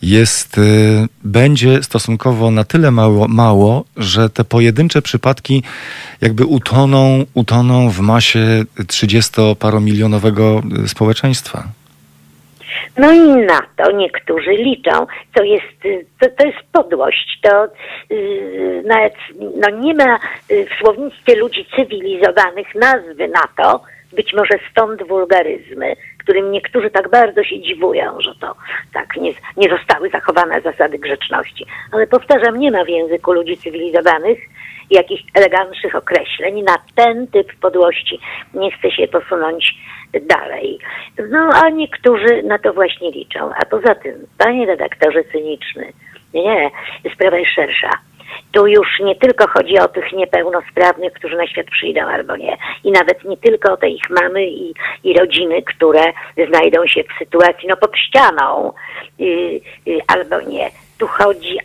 będzie stosunkowo na tyle mało, że te pojedyncze przypadki jakby utoną w masie 30-paromilionowego społeczeństwa. No i na to niektórzy liczą. To jest podłość. To nawet nie ma w słownictwie ludzi cywilizowanych nazwy na to, być może stąd wulgaryzmy, którym niektórzy tak bardzo się dziwują, że to tak nie zostały zachowane zasady grzeczności. Ale powtarzam, nie ma w języku ludzi cywilizowanych jakichś eleganckich określeń. Na ten typ podłości nie chce się posunąć dalej. No a niektórzy na to właśnie liczą. A poza tym, panie redaktorze cyniczny, nie, sprawa jest szersza. Tu już nie tylko chodzi o tych niepełnosprawnych, którzy na świat przyjdą albo nie. I nawet nie tylko o te ich mamy i rodziny, które znajdą się w sytuacji pod ścianą albo nie. Tu chodzi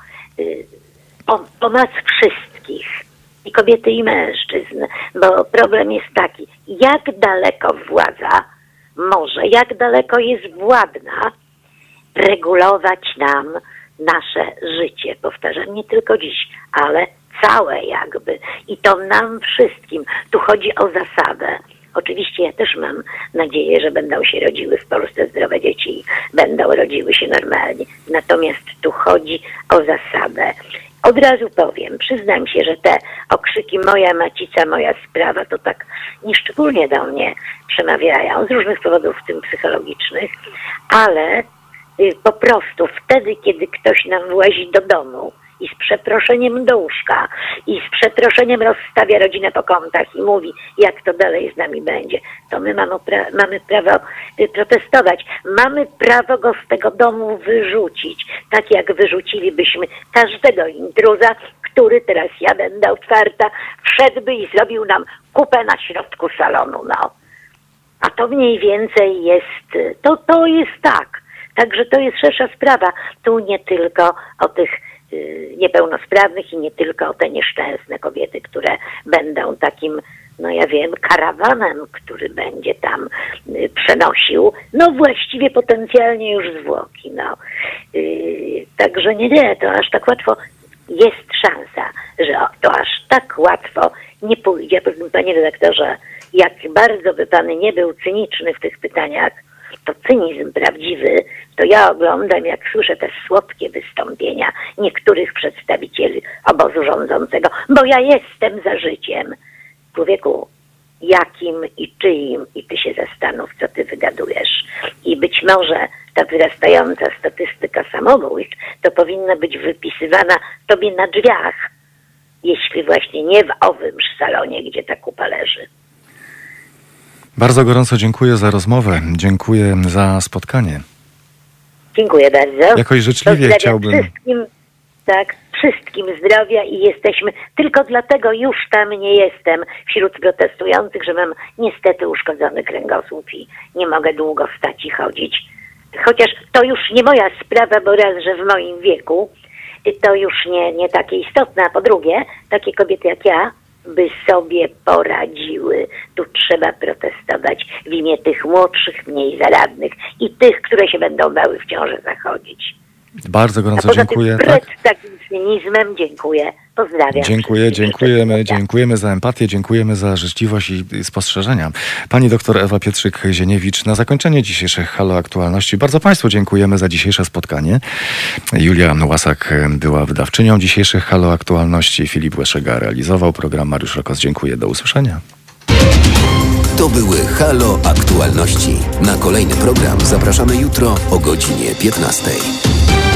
o nas wszystkich. I kobiety, i mężczyzn. Bo problem jest taki, jak daleko władza może, jak daleko jest władna regulować nam nasze życie. Powtarzam, nie tylko dziś, ale całe jakby. I to nam wszystkim. Tu chodzi o zasadę. Oczywiście ja też mam nadzieję, że będą się rodziły w Polsce zdrowe dzieci i będą rodziły się normalnie. Natomiast tu chodzi o zasadę. Od razu powiem, przyznam się, że te okrzyki moja macica, moja sprawa, to tak nieszczególnie do mnie przemawiają z różnych powodów, w tym psychologicznych, ale po prostu wtedy, kiedy ktoś nam włazi do domu i z przeproszeniem do łóżka i z przeproszeniem rozstawia rodzinę po kątach i mówi, jak to dalej z nami będzie, to my mamy prawo protestować. Mamy prawo go z tego domu wyrzucić, tak jak wyrzucilibyśmy każdego intruza, który, teraz ja będę otwarta, wszedłby i zrobił nam kupę na środku salonu. No. A to mniej więcej jest, to jest tak. Także to jest szersza sprawa. Tu nie tylko o tych niepełnosprawnych i nie tylko o te nieszczęsne kobiety, które będą takim, karawanem, który będzie tam przenosił, właściwie potencjalnie już zwłoki. Także nie, to aż tak łatwo jest szansa, że to aż tak łatwo nie pójdzie. Panie redaktorze, jak bardzo by pan nie był cyniczny w tych pytaniach, to cynizm prawdziwy, to ja oglądam, jak słyszę te słodkie wystąpienia niektórych przedstawicieli obozu rządzącego, bo ja jestem za życiem. Człowieku, jakim i czyim, i ty się zastanów, co ty wygadujesz. I być może ta wzrastająca statystyka samobójstw to powinna być wypisywana tobie na drzwiach, jeśli właśnie nie w owymż salonie, gdzie ta kupa leży. Bardzo gorąco dziękuję za rozmowę. Dziękuję za spotkanie. Dziękuję bardzo. Jakoś życzliwie chciałbym... Wszystkim zdrowia i jesteśmy, tylko dlatego już tam nie jestem wśród protestujących, że mam niestety uszkodzony kręgosłup i nie mogę długo wstać i chodzić. Chociaż to już nie moja sprawa, bo raz, że w moim wieku to już nie takie istotne, a po drugie, takie kobiety jak ja by sobie poradziły. Tu trzeba protestować w imię tych młodszych, mniej zaradnych i tych, które się będą bały w ciąży zachodzić. Bardzo gorąco dziękuję. Przed takim cynizmem dziękuję. Pozdrawiam. Dziękujemy za empatię, dziękujemy za życzliwość i spostrzeżenia. Pani doktor Ewa Pietrzyk-Zieniewicz, na zakończenie dzisiejszych Halo Aktualności bardzo Państwu dziękujemy za dzisiejsze spotkanie. Julia Łasak była wydawczynią dzisiejszych Halo Aktualności. Filip Łeszega realizował program. Mariusz Rokos, dziękuję. Do usłyszenia. To były Halo Aktualności. Na kolejny program zapraszamy jutro o godzinie 15.